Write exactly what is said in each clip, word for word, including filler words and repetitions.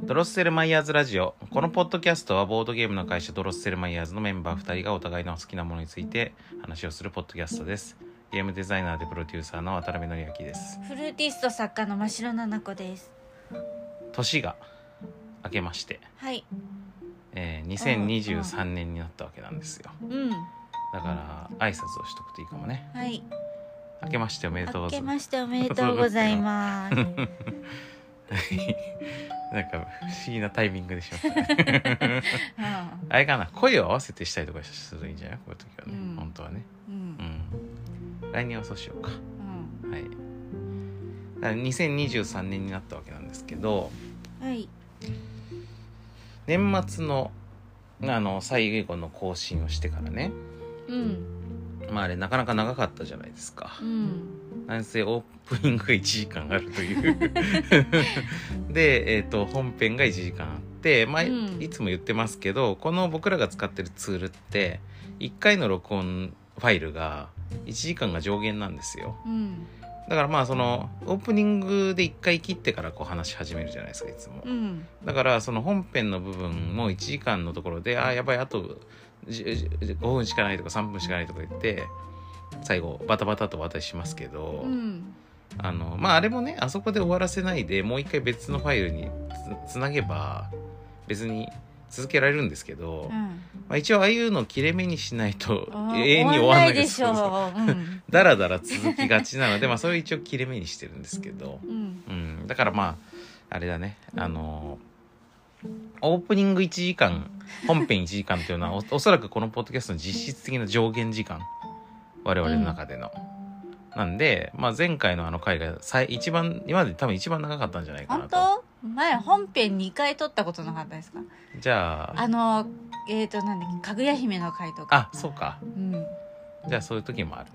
ドロッセルマイヤーズラジオ。このポッドキャストはボードゲームの会社ドロッセルマイヤーズのメンバーふたりがお互いの好きなものについて話をするポッドキャストです。ゲームデザイナーでプロデューサーの渡辺則明です。 フルーティスト作家の真城菜々子です。 年が明けまして、 はい、 えー、にせんにじゅうさんねんになったわけなんですよ。 うん、 だから挨拶をしとくといいかもね。 はい、 明けましておめでとうございます。 明けましておめでとうございますなんか不思議なタイミングでしょうね、うん、あれかな、声を合わせてしたりとかするといいんじゃない、こういう時はね、うん、本当はね、うんうん、来年はそうしようか、うん、はい。だからにせんにじゅうさんねんになったわけなんですけど、 はい、 年末のあの最後の更新をしてからね、 うん、 まああれなかなか長かったじゃないですか、うん、なんせオープニングがいちじかんあるというで、えーと、本編がいちじかんあって、まあ、うん、いつも言ってますけど、この僕らが使ってるツールっていっかいの録音ファイルがいちじかんが上限なんですよ、うん、だからまあそのオープニングでいっかい切ってからこう話し始めるじゃないですか、いつも、うん、だからその本編の部分もいちじかんのところで、あやばいあとごふんしかないとかさんぷんしかないとか言って最後バタバタと渡しますけど、うん、あのまああれもね、あそこで終わらせないでもう一回別のファイルに つ, つなげば別に続けられるんですけど、うん、まあ、一応ああいうのを切れ目にしないと永遠に終わらないですけど、だらだら続きがちなのでまあそれを一応切れ目にしてるんですけど、うんうん、だからまああれだね、あのオープニングいちじかん本編いちじかんっていうのは お, おそらくこのポッドキャストの実質的な上限時間、我々の中での、うん、なんで、まあ、前回のあの回が最一番今まで多分一番長かったんじゃないかなと。 本当？前本編にかい撮ったことなかったですか？ じゃああのえっ、ー、となんだっけ、かぐや姫の回とか。 あ、そうか、うん、じゃあそういう時もある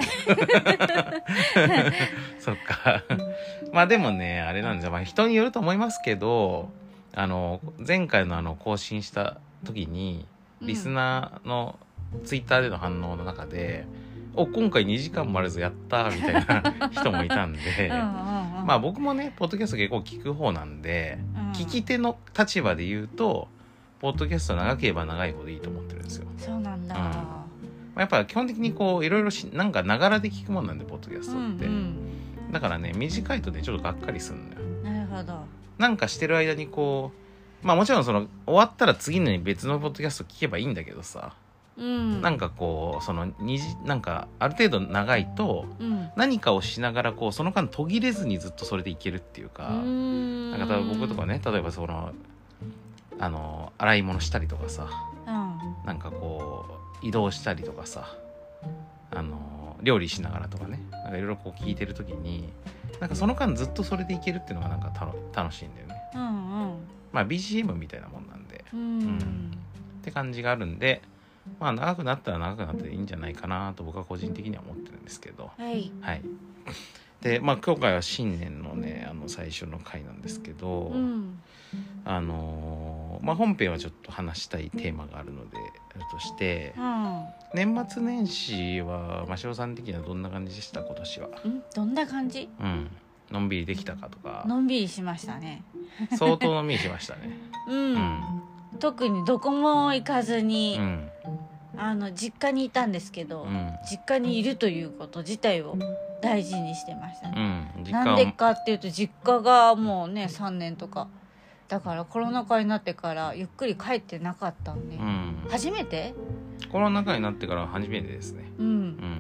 そっかまあでもねあれなんですよ、まあ、人によると思いますけど、あの前回のあの更新した時にリスナーのツイッターでの反応の中で、うん、お今回にじかんもあるぞやったみたいな人もいたんでうんうん、うん、まあ僕もねポッドキャスト結構聞く方なんで、うん、聞き手の立場で言うとポッドキャスト長ければ長いほどいいと思ってるんですよ。 そうなんだ、うん、 まあ、やっぱ基本的にこういろいろしなんかながらで聞くもんなんでポッドキャストって、うんうん、だからね短いとねちょっとがっかりするんだよ。 なるほど。 なんかしてる間にこうまあもちろんその終わったら次の別のポッドキャスト聞けばいいんだけどさ、うん、なんかこうそのにじなんかある程度長いと、うん、何かをしながらこうその間途切れずにずっとそれでいけるっていうか、うーん、なんか例えば僕とかね、例えばそのあの洗い物したりとかさ、うん、なんかこう移動したりとかさ、あの料理しながらとかね、なんかいろいろこう聞いてるときになんかその間ずっとそれでいけるっていうのがなんかたの楽しいんだよね、うんうん、まあ ビージーエム みたいなもんなんで、うん、うん、って感じがあるんで、まあ長くなったら長くなっていいんじゃないかなと僕は個人的には思ってるんですけど、 はい、はい、 でまあ今回は新年のねあの最初の回なんですけど、うん、あのー、まあ本編はちょっと話したいテーマがあるのであるとして、うん、年末年始は真城さん的にはどんな感じでした今年は？ んどんな感じ？ うん、のんびりできたかとか。 のんびりしましたね相当のんびりしましたねうん、うん、特にどこも行かずに、うん、あの実家にいたんですけど、うん、実家にいるということ自体を大事にしてましたね、うん、なんでかっていうと実家がもうねさんねんとかだからコロナ禍になってからゆっくり帰ってなかったんで、うん、初めてコロナ禍になってから初めてですね、うんうん、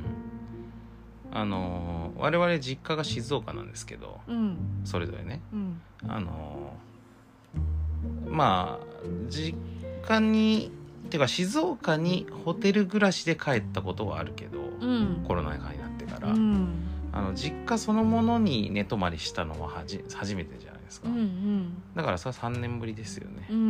あのー、我々実家が静岡なんですけど、うん、それぞれね、うん、あのー、まあ実家にてか静岡にホテル暮らしで帰ったことはあるけど、うん、コロナ禍になってから、うん、あの実家そのものに寝泊まりしたのははじ初めてじゃないですか、うんうん、だからそれはさんねんぶりですよね、うんうん、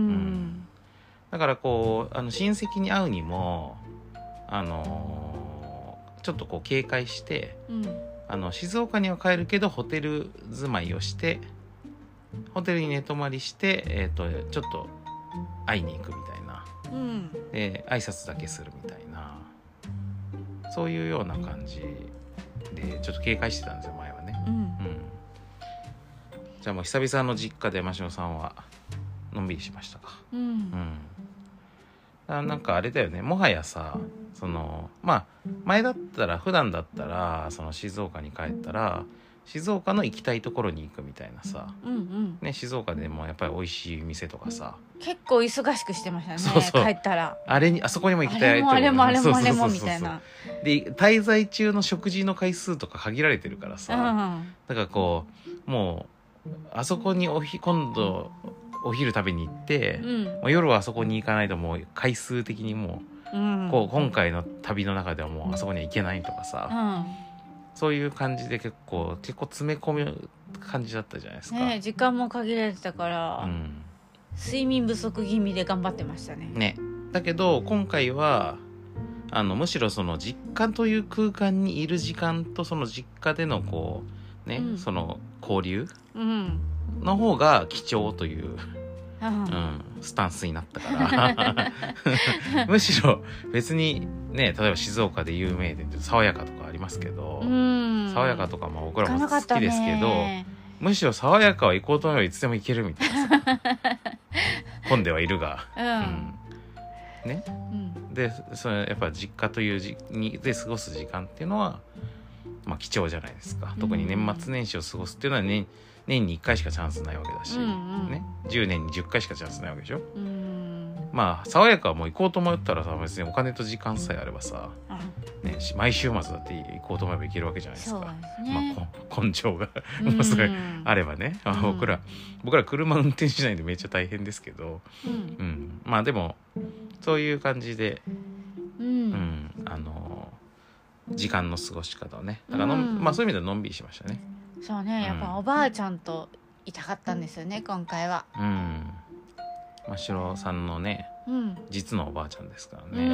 だからこうあの親戚に会うにもあのー、ちょっとこう警戒して、うん、あの静岡には帰るけどホテル住まいをしてホテルに寝泊まりして、えーと、ちょっと会いに行くみたいな、うん、で挨拶だけするみたいなそういうような感じでちょっと警戒してたんですよ前はね、うんうん、じゃあもう久々の実家で真城さんはのんびりしましたか。 うん、 うんあなんかあれだよね、もはやさそのまあ前だったら普段だったらその静岡に帰ったら静岡の行きたいところに行くみたいなさ、 うんうんね、静岡でもやっぱり美味しい店とかさ結構忙しくしてましたね。 そうそう帰ったらあれにあそこにも行きたいとあれもあれもあれもあれもそうそうそうそうみたいなで滞在中の食事の回数とか限られてるからさ、 うん、 だからこうもうあそこにおひ今度お昼食べに行って、 うんもう夜はあそこに行かないともう回数的にもう、うん、こう今回の旅の中ではもうあそこには行けないとかさ、うん、そういう感じで結構結構詰め込む感じだったじゃないですか、 ね、時間も限られてたから、うん、睡眠不足気味で頑張ってましたね。 ねだけど今回はあのむしろその実家という空間にいる時間とその実家でのこうね、うん、その交流、うんの方が貴重という、うん、スタンスになったからむしろ別にね例えば静岡で有名で爽やかとかありますけど、うん、爽やかとかまあ僕らも好きですけどむしろ爽やかは行こうと思えばいつでも行けるみたいなさ混んではいるが、うんうんねうん、でそれやっぱ実家というじにで過ごす時間っていうのは、まあ、貴重じゃないですか。特に年末年始を過ごすっていうのはね年にいっかいしかチャンスないわけだし、うんうんね、じゅうねんにじゅっかいしかチャンスないわけでしょ、うん、まあ爽やかはもう行こうと思ったらさ別にお金と時間さえあればさ、ね、毎週末だって行こうと思えば行けるわけじゃないですか。そうですね、まあ、根性がもうすごいあればね、うん、僕ら僕ら車運転しないんでめっちゃ大変ですけど、うんうん、まあでもそういう感じで、うんうん、あの時間の過ごし方をねだからの、うんまあ、そういう意味ではのんびりしましたね。 そうねやっぱおばあちゃんといたかったんですよね今回は。うん真城さんのね、うん、実のおばあちゃんですからね、 うんうん、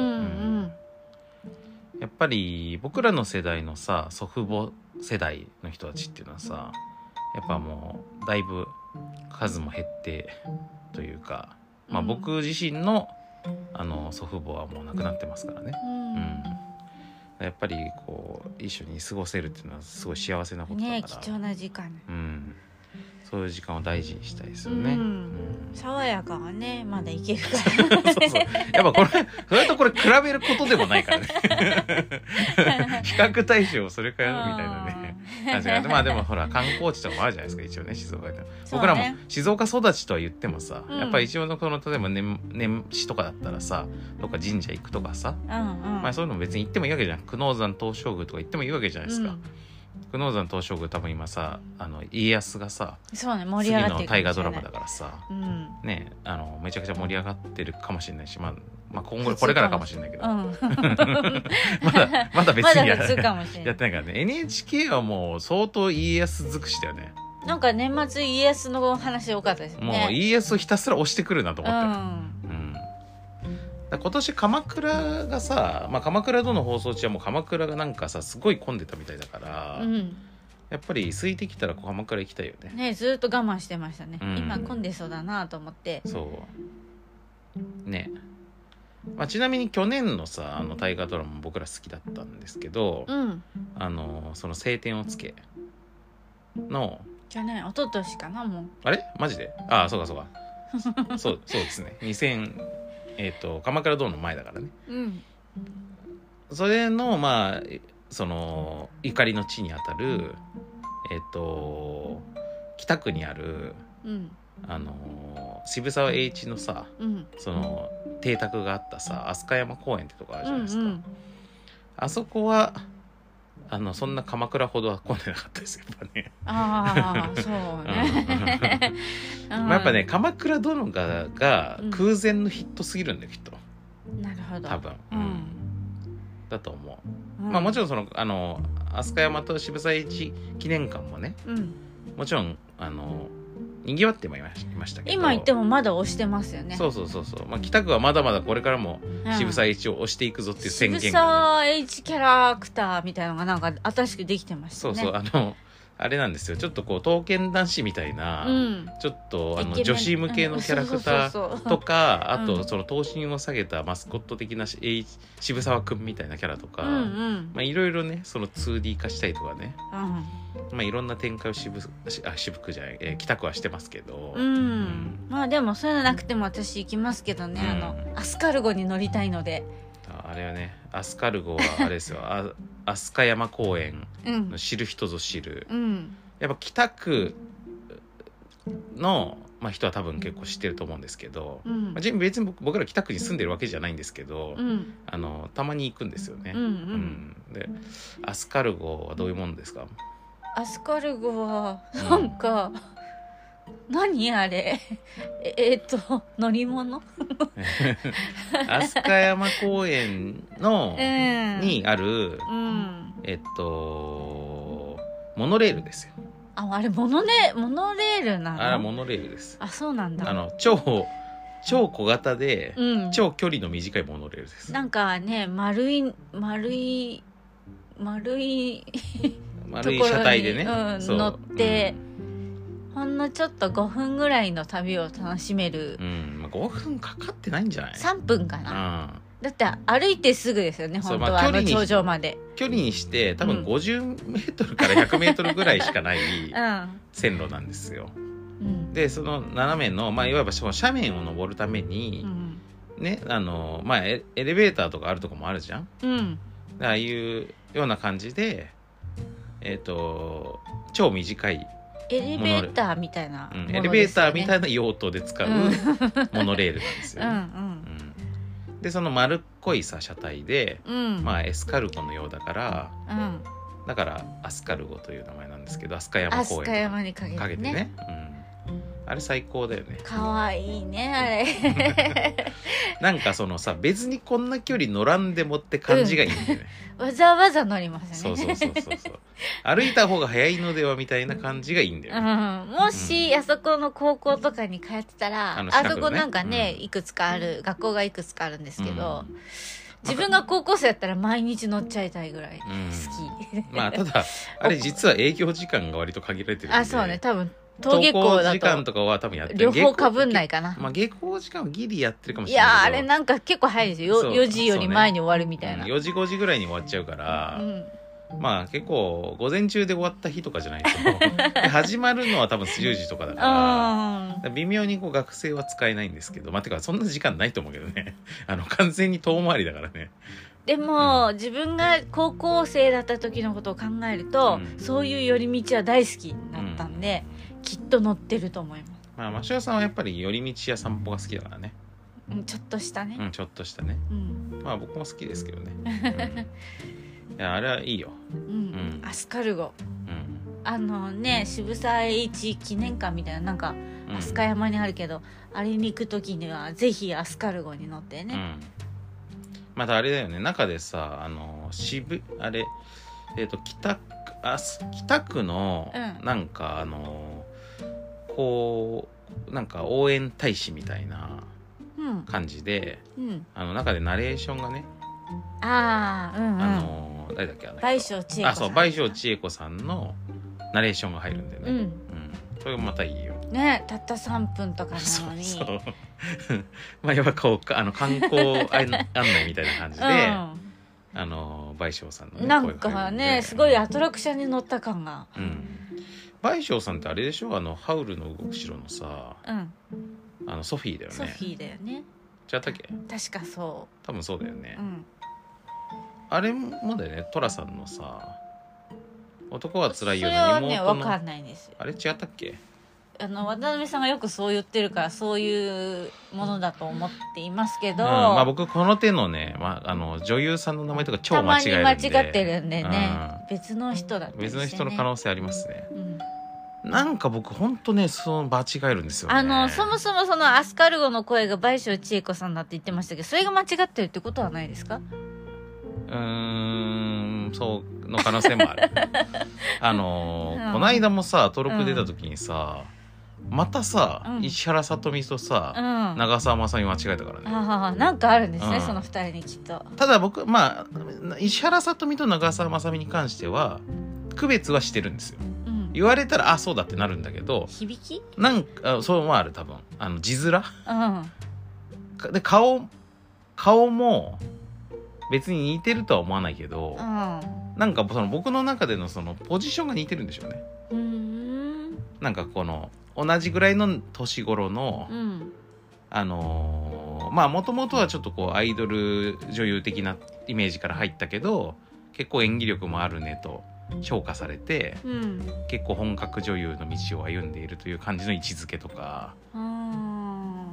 やっぱり僕らの世代のさ祖父母世代の人たちっていうのはさやっぱもうだいぶ数も減ってというか、まあ、僕自身の、あの祖父母はもう亡くなってますからね、うんうんやっぱりこう一緒に過ごせるっていうのはすごい幸せなことだから、ね、 貴重な時間、 うん、そういう時間を大事にしたいですよね、うんうん、 爽やかはねまだいけるからそうそうやっぱこれそれとこれ比べることでもないからね比較対象それかよみたいなねまあでもほら観光地とかもあるじゃないですか一応ね静岡で、ね、僕らも静岡育ちとは言ってもさ、うん、やっぱり一応のこの例えば 年, 年始とかだったらさどっか神社行くとかさ、うんうんまあ、そういうのも別に行ってもいいわけじゃん。久能山東照宮とか行ってもいいわけじゃないですか、うん、久能山東照宮多分今さあの家康がさそうね盛り上がってる次の大河ドラマだからさ、うん、ねあのめちゃくちゃ盛り上がってるかもしれないし、まあ、まあ今後これからかもしれないけど、うん、まだまだ別に や, やってないからね。 エヌエイチケー はもう相当家康尽くしだよね。 なんか年末家康の話多かったですね。 もう家康をひたすら押してくるなと思って、うんうん今年鎌倉がさ、まあ、鎌倉との放送中はもう鎌倉がなんかさすごい混んでたみたいだから、うん、やっぱり空いてきたら鎌倉行きたいよね。 ねずっと我慢してましたね、うん、今混んでそうだなと思って。 そうね、まあ、ちなみに去年のさあの大河ドラマも僕ら好きだったんですけど、うん、あのその青天を衝けの去年一昨年かなもうあれマジでああそうかそうかそうそうですねにせんえー、と鎌倉殿の前だからね、うん、それのまあそのゆかりの地にあたるえっ、ー、と北区にある、うん、あの渋沢栄一のさ、うん、その邸宅があったさ飛鳥山公園ってとこあるじゃないですか、うんうん、あそこはあのそんな鎌倉ほどは混んでなかったですよやっぱね。 ああそうねまあやっぱね鎌倉殿がが空前のヒットすぎるんだよきっと。 なるほど多分、うん、だと思う、うん、まあもちろんそのあの飛鳥山と渋沢栄一記念館もね、うん、もちろんあの賑わってもいましたけど今行ってもまだ押してますよね。 そうそうそうそう、まあ、北区はまだまだこれからも渋沢栄一を押していくぞっていう宣言が、ね、 渋沢栄一キャラクターみたいなのがなんか新しくできてましたね。 そうそうあのあれなんですよ、ちょっとこう刀剣男子みたいな、うん、ちょっとあの女子向けのキャラクターとか、あとその頭身を下げたマスコット的な渋沢くんみたいなキャラとか、うんうん、まあいろいろねその ツーディー 化したりとかね、うん、まあいろんな展開を渋あ渋くじゃない、えー、北区はしてますけど、うんうん、 まあでもそういうのなくても私行きますけどね、うん、あのアスカルゴに乗りたいので。 あれはね、アスカルゴはあれですよあ飛鳥山公園の知る人ぞ知る、うん、やっぱ北区の、まあ、人は多分結構知ってると思うんですけど、うん、まあ、別に僕ら北区に住んでるわけじゃないんですけど、うん、あのたまに行くんですよね、うんうんうん、でアスカルゴはどういうものですか？ アスカルゴはなんか、うん何あれえー、っと乗り物飛鳥山公園の、うん、にある、うん、えっとモノレールですよ。 あ、あれモノレモノレールなの？ あれモノレールです。 あ、そうなんだ。 あの超超小型で、うん、超距離の短いモノレールです。 なんかね丸い丸い丸い丸い車体でね、 うん、乗って、うん、ほんのちょっとごふんぐらいの旅を楽しめる、 うんまあ、ごふんかかってないんじゃない？ さんぷんかな、うん、だって歩いてすぐですよね本当は、まあ、あの頂上まで距離にして多分ごじゅうメートルからひゃくメートルぐらいしかない線路なんですよ、うん、でその斜めの、まあ、いわばその斜面を登るために、うんねあのまあ、エレベーターとかあるとこもあるじゃん、うん、ああいうような感じでえっ、ー、と超短いエレベーターみたいな、 ねうん、エレベーターみたいな用途で使うモノレールなんですよ、ねうんうんうん、でその丸っこいさ車体で、うん、まあエスカルゴのようだから、うん、だからアスカルゴという名前なんですけど飛鳥山公園飛鳥山にかけて ね, かけてね、うん、あれ最高だよね。 かわいいねあれなんかそのさ別にこんな距離乗らんでもって感じがいいんだよね、 うん、わざわざ乗りますね。 そうそうそうそうそう歩いた方が早いのではみたいな感じがいいんだよね、 うん、もし、うん、あそこの高校とかに通ってたら あ, の、ね、あそこなんかね、うん、いくつかある学校がいくつかあるんですけど、うん、自分が高校生だったら毎日乗っちゃいたいぐらい好き、 うん、まあただあれ実は営業時間が割と限られてるんであそうね多分登下校だと時間とかは多分やってる両方かぶんないかな。 まあ下校時間はギリやってるかもしれないけどいやあれなんか結構早いですよよじより前に終わるみたいな、 ねうん、よじごじぐらいに終わっちゃうから、うん、まあ結構午前中で終わった日とかじゃないと始まるのは多分じゅうじとかだから微妙にこう学生は使えないんですけどまあてかそんな時間ないと思うけどねあの完全に遠回りだからね。 でも、うん、自分が高校生だった時のことを考えると、うん、そういう寄り道は大好きになったんで、うん、きっと乗ってると思います。 まあマシュアさんはやっぱり寄り道や散歩が好きだからね、 うん、ちょっとしたね、 うん、ちょっとしたね、うん、まあ僕も好きですけどね、うん、いやあれはいいよ、 うんうん、アスカルゴ、うん、あのね渋沢栄一記念館みたいななんか飛鳥山にあるけど、うん、あれに行く時にはぜひアスカルゴに乗ってね、うんまたあれだよね中でさあの渋あれえっ、ー、と北区あ北区の、うん、なんかあのこうなんか応援大使みたいな感じで、うん、あの中でナレーションがねああうん、うん、 あの誰だっけあの倍賞千恵子さんあそう倍賞千恵子さんのナレーションが入るんだよね、うんうん、それがまたいいよねたったさんぷんとかなのにそうそうまあやっぱこうあの観光案内みたいな感じで、うん、あの倍賞さんの、ね、 なんかねすごいアトラクションに乗った感が、うん、 倍賞さんってあれでしょあのハウルの動く城のさ、うん、あのソフィーだよねソフィーだよね違ったっけ確かそう多分そうだよね、うん、あれもだよね寅さんのさ男はつらいような妹のそれはね分かんないんですよあれ違ったっけあの渡辺さんがよくそう言ってるからそういうものだと思っていますけど、うんまあ、僕この手のね、まあ、あの女優さんの名前とか超間違えるんでたまに間違ってるんでね、うん、別の人だったりして、ね、 別の人の可能性ありますね、うん、なんか僕ほんとねその間違えるんですよねあのそもそもそのアスカルゴの声が倍賞千恵子さんだって言ってましたけどそれが間違ってるってことはないですか？ うーんそうの可能性もあるあの、うん、この間もさ登録出た時にさ、うんまたさ、うん、石原さとみとさ、うん、長澤まさみ間違えたからねあなんかあるんですね、うん、そのふたりにきっとただ僕まあ石原さとみと長澤まさみに関しては区別はしてるんですよ、うん、 、言われたらあそうだってなるんだけど、 響きなんかそうもある多分あの字面、 うん、 で顔顔も別に似てるとは思わないけど、うん、なんかその僕の中でのそのポジションが似てるんでしょうね。うーん、なんかこの同じぐらいの年頃の、うん、あのー、まあもともとはちょっとこうアイドル女優的なイメージから入ったけど結構演技力もあるねと評価されて、うん、結構本格女優の道を歩んでいるという感じの位置づけとか、うん、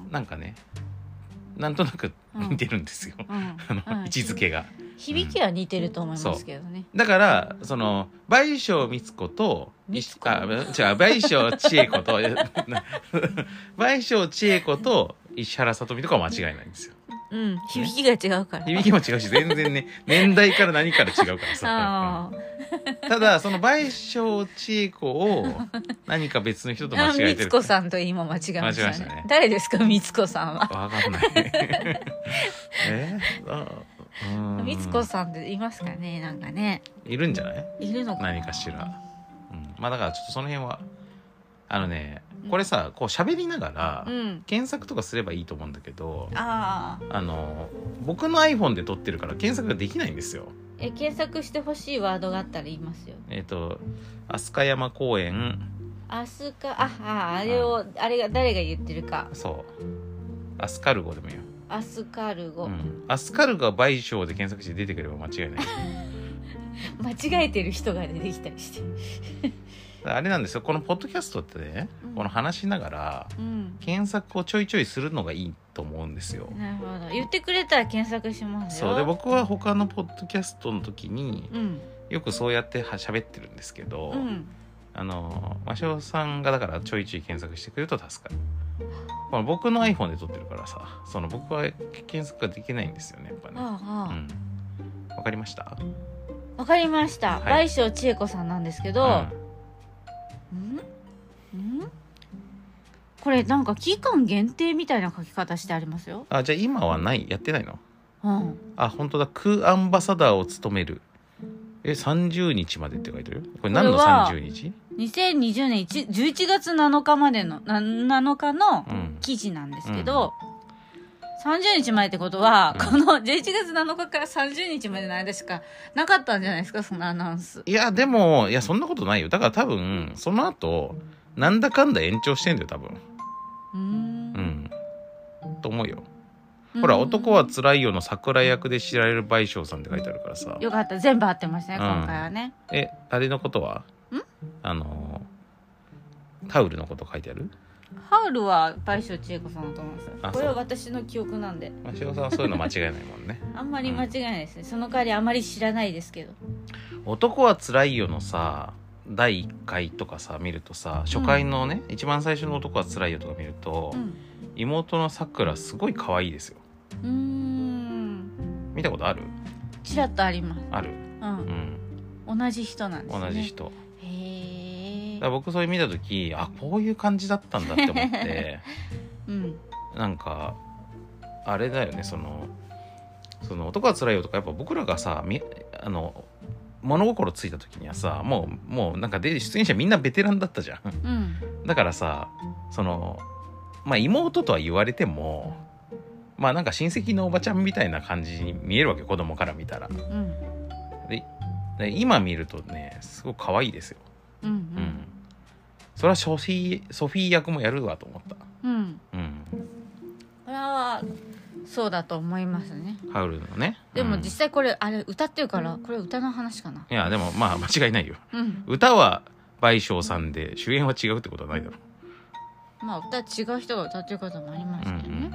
なんかねなんとなく似てるんですよ、うん、あの、うん、位置づけが響きは似てると思いますけどね、 うん、だからその倍賞美津子とあ違う倍賞千恵子と倍賞千恵子と石原さとみとかは間違いないんですよ。 うん、響きが違うから、 響きも違うし全然ね年代から何から違うからさただその倍賞千恵子を何か別の人と間違えてる。 みつこさんと今間違えました ね, したね。誰ですかみつこさんは。 わかんないえー、みつこさんっていますかね。なんかねいるんじゃない。 いるのかな何かしら、うん、まあだからちょっとその辺はあのねこれさこう喋りながら検索とかすればいいと思うんだけど、うん、ああの僕の iPhone で撮ってるから検索ができないんですよ。 え検索してほしいワードがあったら言いますよ。 えっ、ー、と飛鳥山公園飛鳥あああれを、うん、あれが誰が言ってるか。 そうアスカルゴでもいいよ。 アスカルゴ、うん、 アスカルゴ倍賞で検索して出てくれば間違いない間違えてる人が出てきたりしてあれなんですよこのポッドキャストってね、うん、この話しながら、うん、検索をちょいちょいするのがいいと思うんですよ。 なるほど言ってくれたら検索しますよ。 そうで僕は他のポッドキャストの時に、うん、よくそうやっては喋ってるんですけど、うん、あのマシオさんがだからちょいちょい検索してくれると助かる。この僕の iPhone で撮ってるからさその僕は検索ができないんですよねやっぱね。ああ、うん、わかりました。 わかりました。倍賞千恵子さんなんですけど、うん、んんこれなんか期間限定みたいな書き方してありますよ。 あじゃあ今はないやってないの、うん、あ本当だクアンバサダーを務めるえさんじゅうにちまでって書いてるよ。これ何のさんじゅうにち？ にせんにじゅうねんじゅういちがつなのかまでのななのかの記事なんですけど、うん、さんじゅうにちまえってことは、うん、このじゅういちがつなのかからさんじゅうにちまでの間しかなかったんじゃないですかそのアナウンス。 いやでもいやそんなことないよ。だから多分その後なんだかんだ延長してんだよ多分。うーんうんと思うよ。ほら男はつらいよの桜役で知られる倍賞さんって書いてあるからさ。 よかった全部合ってますね、うん、今回はね。 えあれのことはんあのタオルのこと書いてある。 ハウルは倍賞千恵子さんだと思います。これは私の記憶なんで。 マシオさんはそういうの間違いないもんねあんまり間違いないですね、うん、その代わりあまり知らないですけど。 男はつらいよのさだいいっかいとかさ見るとさ初回のね、うん、一番最初の男はつらいよとか見ると、うん、妹のさくらすごい可愛いですよ。うーん見たことある？ ちらっとあります。 ある、 うんうん、同じ人なんですね。 同じ人。へえ。だから僕それ見た時あこういう感じだったんだって思って、うん、なんかあれだよねそのその男はつらいよとかやっぱ僕らがさみあの物心ついた時にはさもうもうなんかで出演者みんなベテランだったじゃん、うん、だからさそのまあ妹とは言われてもまあなんか親戚のおばちゃんみたいな感じに見えるわけ子供から見たら、うん、で, で今見るとねすごく可愛いですよ、うんうんうん、それはソフィーソフィー役もやるわと思った。うん、うん、 これはそうだと思いますね。 ハウルのね。 でも実際これ、うん、あれ歌ってるからこれ歌の話かな。 いやでもまあ間違いないよ、うん、歌は倍賞さんで主演は違うってことはないだろう。まあ歌違う人が歌ってることもありますけどね、うんうんうん、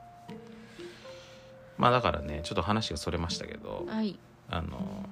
まあだからねちょっと話がそれましたけど、 はい、 あの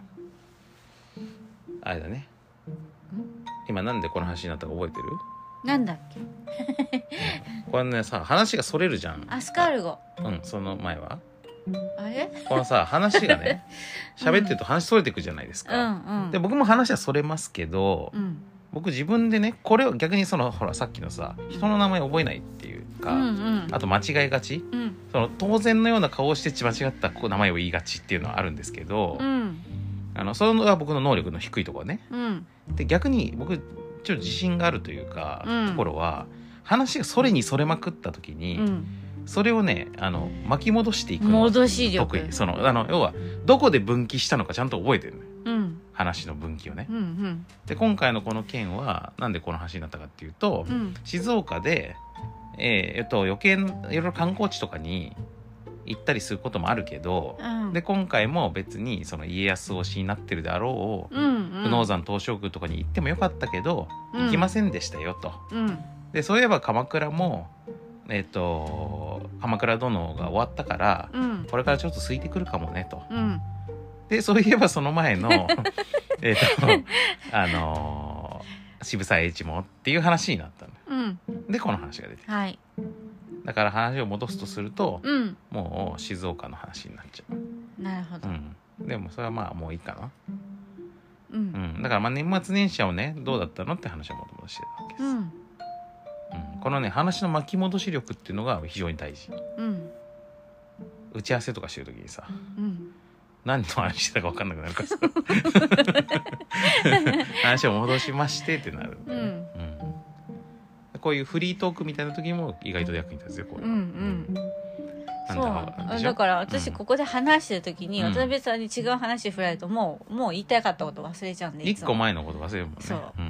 あれだね今なんでこの話になったか覚えてる？ なんだっけこれねさ話がそれるじゃん。 アスカルゴ。 うんその前はあれこのさ話がね喋ってると話それていくじゃないですか、うんうん、で僕も話はそれますけど、うん、僕自分でねこれを逆にそのほらさっきのさ人の名前覚えないっていうか、うんうん、あと間違いがち、うん、その当然のような顔をして間違ったこう名前を言いがちっていうのはあるんですけど、うん、あのそれは僕の能力の低いところね、うん、で逆に僕ちょっと自信があるというか、うん、ところは話がそれにそれまくった時に、うん、それをねあの巻き戻していくの戻し力得意。そのあの要はどこで分岐したのかちゃんと覚えてるね、うん、話の分岐をね、うんうん、で今回のこの件はなんでこの話になったかっていうと、うん、静岡で、えー、えっと余計いろいろ観光地とかに行ったりすることもあるけど、うん、で今回も別にその家康推しになってるであろう、うんうん、久能山東照宮とかに行ってもよかったけど、うん、行きませんでしたよと、うん、でそういえば鎌倉もえっと鎌倉殿が終わったから、うん、これからちょっと空いてくるかもねと、うん、でそういえばその前のえっとあのー、渋沢栄一もっていう話になったの、うん、でこの話が出てきた、はい、だから話を戻すとすると、うん、もう静岡の話になっちゃう。なるほど、 うん、でもそれはまあもういいかな、うんうん、だからまあ年末年始をねどうだったのって話を戻してたわけです、うんうん、このね話の巻き戻し力っていうのが非常に大事、うん、打ち合わせとかしてる時にさ、うん、何の話してたか分かんなくなるからさ話を戻しましてってなるんで、うんうん、こういうフリートークみたいな時も意外と役に立つよこれ、うんうん、 そうだから私ここで話してる時に、うん、渡辺さんに違う話振られるともうもう言いたかったこと忘れちゃうんで一個前のこと忘れるもんね。そう、うん、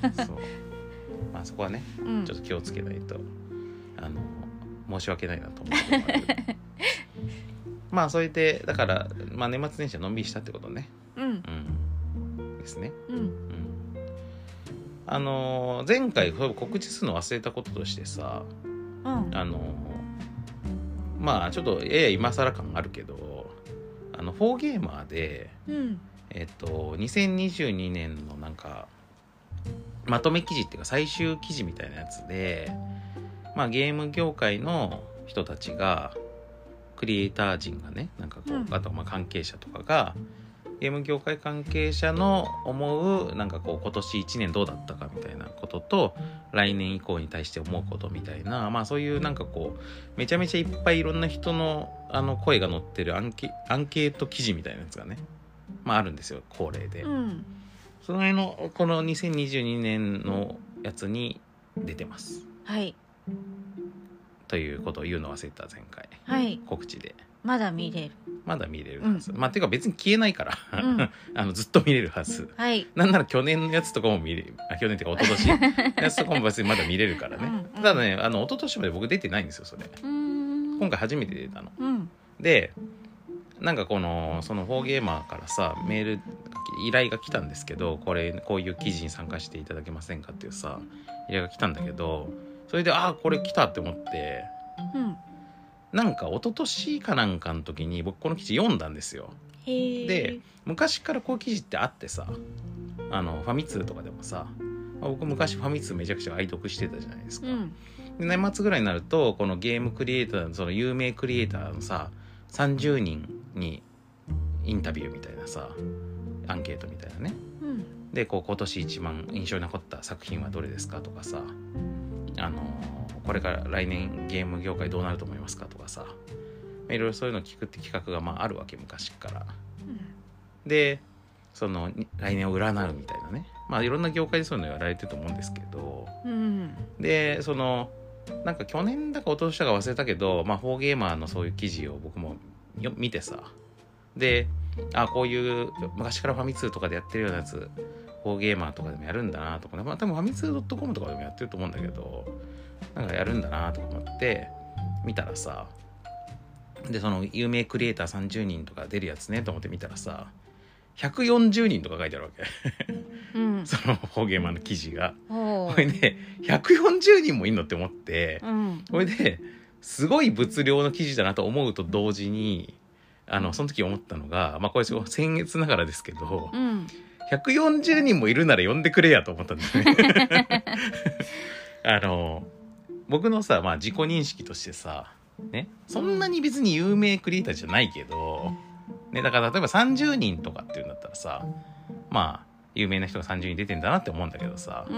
そうまあそこはね、うん、ちょっと気をつけないとあの申し訳ないなと思ってまあそれでだから、まあ、年末年始はのんびりしたってことね、うんうん、ですね、うんうん、あの前回告知するの忘れたこととしてさ、うん、あのまあちょっとやや今更感あるけどあのフォーゲーマーで、うん、えっとにせんにじゅうにねんのなんかまとめ記事っていうか最終記事みたいなやつで、まあ、ゲーム業界の人たちがクリエイター陣がねなんかこう、うん、あとまあ関係者とかがゲーム業界関係者の思うなんかこう今年いちねんどうだったかみたいなことと来年以降に対して思うことみたいな、まあそういうなんかこうめちゃめちゃいっぱいいろんな人のあの声が載ってるアンケ、アンケート記事みたいなやつがねまああるんですよ恒例で、うん、その辺のこのにせんにじゅうにねんのやつに出てます。はいということを言うの忘れた前回、はい、告知でまだ見れるまだ見れるはず、うん、まあていうか別に消えないから、うん、あのずっと見れるはず、はい、なんなら去年のやつとかも見れるあ去年っていうか一昨年のやつとかも別にまだ見れるからねうん、ただねあの一昨年まで僕出てないんですよそれ今回初めて出たの、うん、でなんかこのそのフォーゲーマーからさメール依頼が来たんですけどこれこういう記事に参加していただけませんかっていうさ依頼が来たんだけどそれであこれ来たって思って、うん、なんか一昨年かなんかの時に僕この記事読んだんですよ。で昔からこういう記事ってあってさあのファミ通とかでもさ、まあ、僕昔ファミ通めちゃくちゃ愛読してたじゃないですか、うん、で年末ぐらいになるとこのゲームクリエイターその有名クリエイターのささんじゅうにんにインタビューみたいなさアンケートみたいなね、うん、でこう今年一番印象に残った作品はどれですかとかさあのこれから来年ゲーム業界どうなると思いますかとかさいろいろそういうの聞くって企画がまああるわけ昔から、うん、でその来年を占うみたいなねまあいろんな業界でそういうのやられてると思うんですけど、うん、でそのなんか去年だか一昨年だか忘れたけどまあフォーゲーマーのそういう記事を僕もよ見てさであこういう昔からファミ通とかでやってるようなやつフォーゲーマーとかでもやるんだなとかねまあ多分ファミツー .com とかでもやってると思うんだけどなんかやるんだなとか思って見たらさでその有名クリエイターさんじゅうにんとか出るやつねと思って見たらさひゃくよんじゅうにんとか書いてあるわけ、うん、そのフォーゲーマーの記事がこれでひゃくよんじゅうにんもいんのって思ってこれ、うん、ですごい物量の記事だなと思うと同時にあのその時思ったのがまあこれ先月ながらですけど、うん、ひゃくよんじゅうにんもいるなら呼んでくれやと思ったんですねあの僕のさ、まあ、自己認識としてさ、ね、そんなに別に有名クリエイターじゃないけど、ね、だから例えばさんじゅうにんとかっていうんだったらさまあ有名な人がさんじゅうにん出てんだなって思うんだけどさ、うん、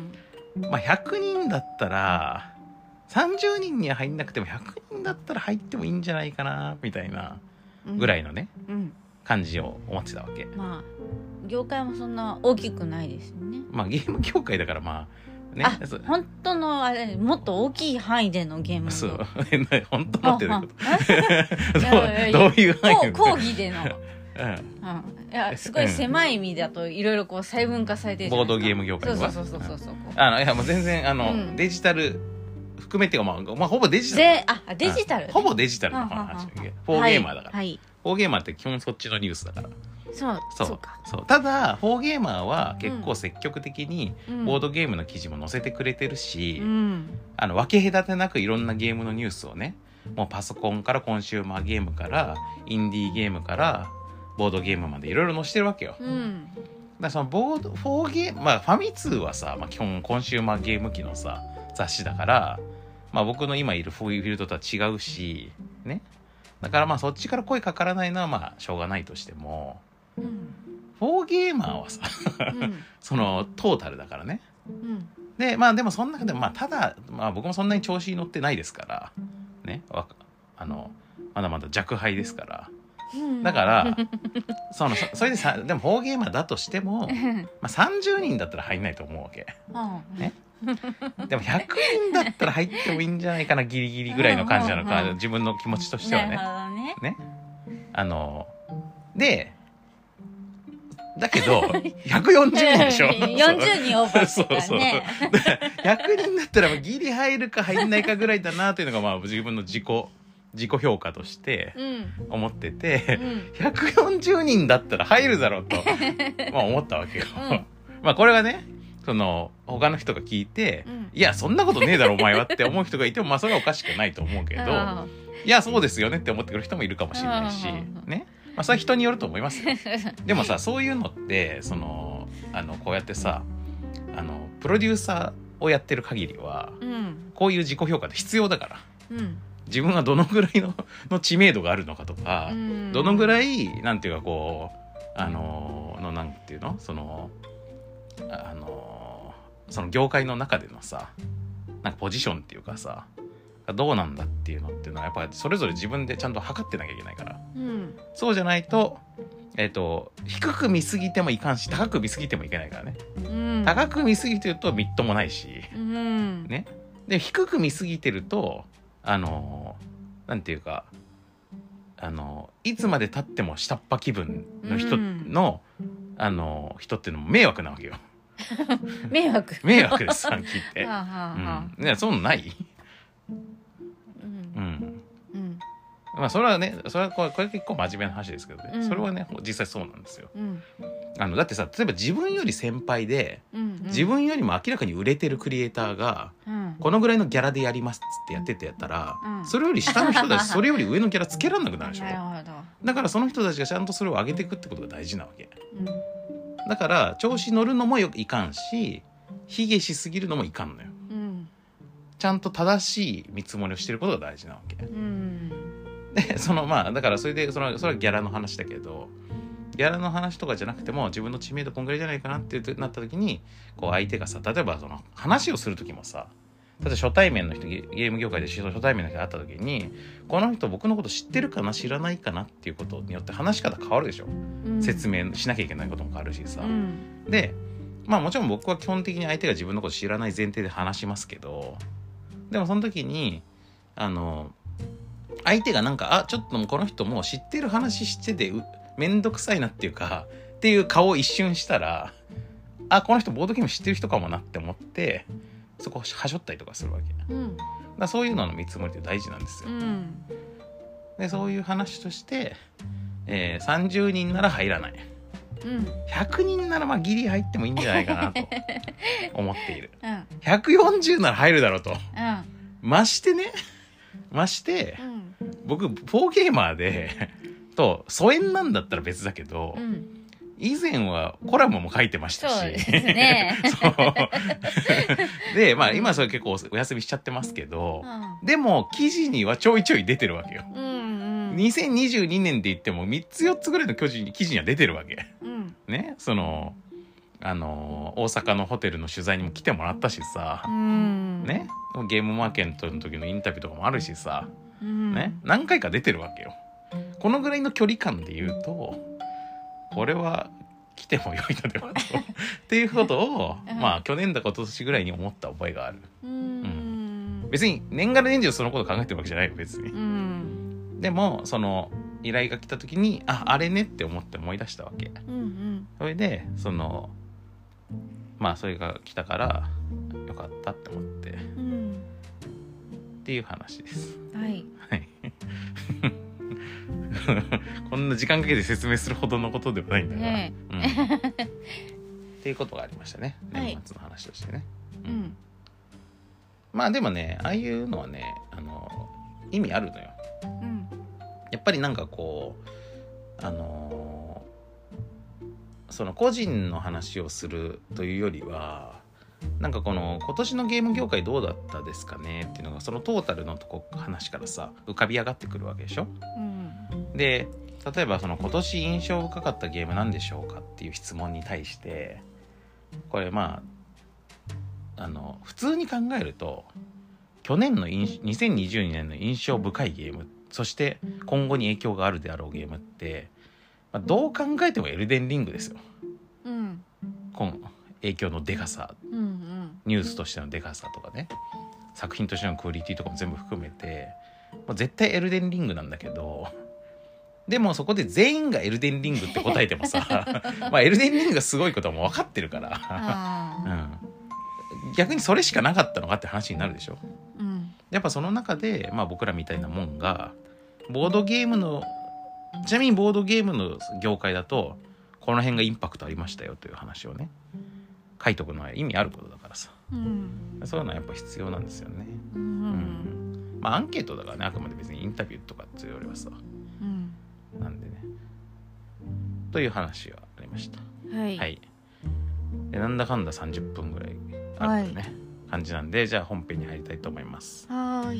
まあひゃくにんだったらさんじゅうにんには入んなくてもひゃくにんだったら入ってもいいんじゃないかなみたいなぐらいのね、うんうん、感じを思ってたわけ、まあ業界もそんな大きくないですよね。 まあゲーム業界だからまあね、 あ本当のあれもっと大きい範囲でのゲームのそう本当のってどういうことどういう範囲講義での、うんうん、いやすごい狭い意味だといろいろこう細分化されてるじゃないですか。ボードゲーム業界はそうそうそうそうそう、 あのいやもう全然あの、うん、デジタル含めてが、まあ、まあほぼデジタルであデジタル、 ほぼデジタルの話、フォーゲーマーだから、はい、フォーゲーマーって基本そっちのニュースだから。 そうそうそうかそうただフォーゲーマーは結構積極的にボードゲームの記事も載せてくれてるし、うん、あの分け隔てなくいろんなゲームのニュースをね、もうパソコンからコンシューマーゲームからインディーゲームからボードゲームまでいろいろ載せてるわけよ、うん、だからそのボードフォーゲーム、まあファミ通はさ、まあ、基本コンシューマーゲーム機のさ雑誌だから、まあ、僕の今いるフィールドとは違うしね、だからまあそっちから声かからないのはまあしょうがないとしても、うん、フォーゲーマーはさ、うん、そのトータルだからね、うん、でまあでもそんな中でもまあただ、まあ、僕もそんなに調子に乗ってないですからね、あのまだまだ若輩ですから、うん、だからその そ, それでさでもフォーゲーマーだとしても、まあ、さんじゅうにんだったら入んないと思うわけ、うん、ねでもひゃくにんだったら入ってもいいんじゃないかなギリギリぐらいの感じなのか、うんうん、自分の気持ちとしてはね。 なるほどね。 ねあのでだけどひゃくよんじゅうにんでしょよんじゅうにんオーバーしてからねそうそうひゃくにんだったらギリ入るか入んないかぐらいだなというのがまあ自分の自己自己評価として思ってて、うん、ひゃくよんじゅうにんだったら入るだろうとまあ思ったわけよ、うん、まあこれはねその他の人が聞いて、うん、いやそんなことねえだろお前はって思う人がいてもまあそれはおかしくないと思うけどいやそうですよねって思ってくる人もいるかもしれないしね、まあそれは人によると思いますよでもさそういうのってそのあのこうやってさあのプロデューサーをやってる限りは、うん、こういう自己評価って必要だから、うん、自分はどのぐらい の, の知名度があるのかとか、うん、どのぐらいなんていうかこうあののなんていうのそのあのその業界の中でのさなんかポジションっていうかさどうなんだっていうのっていうのはやっぱりそれぞれ自分でちゃんと測ってなきゃいけないから、うん、そうじゃないと、えーと、低く見すぎてもいかんし高く見すぎてもいけないからね、うん、高く見すぎてるとみっともないし、うん、ね、で低く見すぎてるとあのなんていうかあのいつまで経っても下っ端気分の人の、うん、あの人っていうのも迷惑なわけよ迷惑迷惑ですさっき言ってはあ、はあ、うん、いやそういうのないうん、うん、まあそれはねそれはこれ、これ結構真面目な話ですけどね、うん、それはね実際そうなんですよ、うん、あのだってさ例えば自分より先輩で、うんうん、自分よりも明らかに売れてるクリエイターが、うん、このぐらいのギャラでやりますっつってやっててやったら、うん、それより下の人たちそれより上のギャラつけらんなくなるでしょだからその人たちがちゃんとそれを上げていくってことが大事なわけ、うん、だから調子乗るのもよくいかんし卑下しすぎるのもいかんのよ、うん、ちゃんと正しい見積もりをしてることが大事なわけ、うん、でそのまあだからそれでそのそれはギャラの話だけどギャラの話とかじゃなくても自分の知名度こんぐらいじゃないかなってなった時にこう相手がさ例えばその話をする時もさ例えば初対面の人ゲーム業界で初対面の人が会った時にこの人僕のこと知ってるかな知らないかなっていうことによって話し方変わるでしょ、うん、説明しなきゃいけないことも変わるしさ、うん、でまあもちろん僕は基本的に相手が自分のこと知らない前提で話しますけどでもその時にあの相手がなんかあちょっともうこの人もう知ってる話しててめんどくさいなっていうかっていう顔を一瞬したらあこの人ボードゲーム知ってる人かもなって思ってそこをはしょったりとかするわけ、うん、だからそういうのの見積もりって大事なんですよ、うん、でそういう話として、えー、さんじゅうにんなら入らない、うん、ひゃくにんならまあギリ入ってもいいんじゃないかなと思っている、うん、ひゃくよんじゅうなら入るだろうと、うん、ましてねまして、うん、僕フォーゲーマーでと疎遠なんだったら別だけど、うん、以前はコラムも書いてましたしそうですねそうでまあ今それ結構お休みしちゃってますけど、うん、でも記事にはちょいちょい出てるわけよ、うんうん、にせんにじゅうにねんで言ってもみっつよっつぐらいの記事に記事には出てるわけ、うん、ねそのあの大阪のホテルの取材にも来てもらったしさ、うん、ねゲームマーケットの時のインタビューとかもあるしさ、うん、ね何回か出てるわけよ。このぐらいの距離感で言うとこれは来ても良いのではとっていうことを、うん、まあ去年だか今年ぐらいに思った覚えがある。うん、うん、別に年がら年中そのこと考えてるわけじゃないよ別に、うん、でもその依頼が来た時にああれねって思って思い出したわけ、うんうん、それでそのまあそれが来たからよかったって思って、うん、っていう話です。はい、はいこんな時間かけて説明するほどのことではないんだから、ねうん、っていうことがありましたね年末の話としてね、はいうん、まあでもねああいうのはねあの意味あるのよ、うん、やっぱりなんかこうあのー、その個人の話をするというよりはなんかこの今年のゲーム業界どうだったですかねっていうのがそのトータルのとこ話からさ浮かび上がってくるわけでしょ、うん、で例えばその今年印象深かったゲームなんでしょうかっていう質問に対してこれまああの普通に考えると去年のにせんにじゅうにねんの印象深いゲームそして今後に影響があるであろうゲームって、まあ、どう考えてもエルデンリングですよ、うん、この影響のでかさ、うんうん、ニュースとしてのでかさとかね作品としてのクオリティとかも全部含めてもう絶対エルデンリングなんだけどでもそこで全員がエルデンリングって答えてもさまあエルデンリングがすごいことはもう分かってるから、うん、逆にそれしかなかったのかって話になるでしょ、うん、やっぱその中で、まあ、僕らみたいなもんがボードゲームのちなみにボードゲームの業界だとこの辺がインパクトありましたよという話をね書いとくのは意味あることだからさ、うん、そういうのはやっぱ必要なんですよね、うんうん、まあアンケートだからねあくまで別にインタビューとかっていうよりはさ、うん、なんでねという話がありました。はい、はい、でなんだかんださんじゅっぷんぐらいあるとね、はい、感じなんでじゃあ本編に入りたいと思います。はい。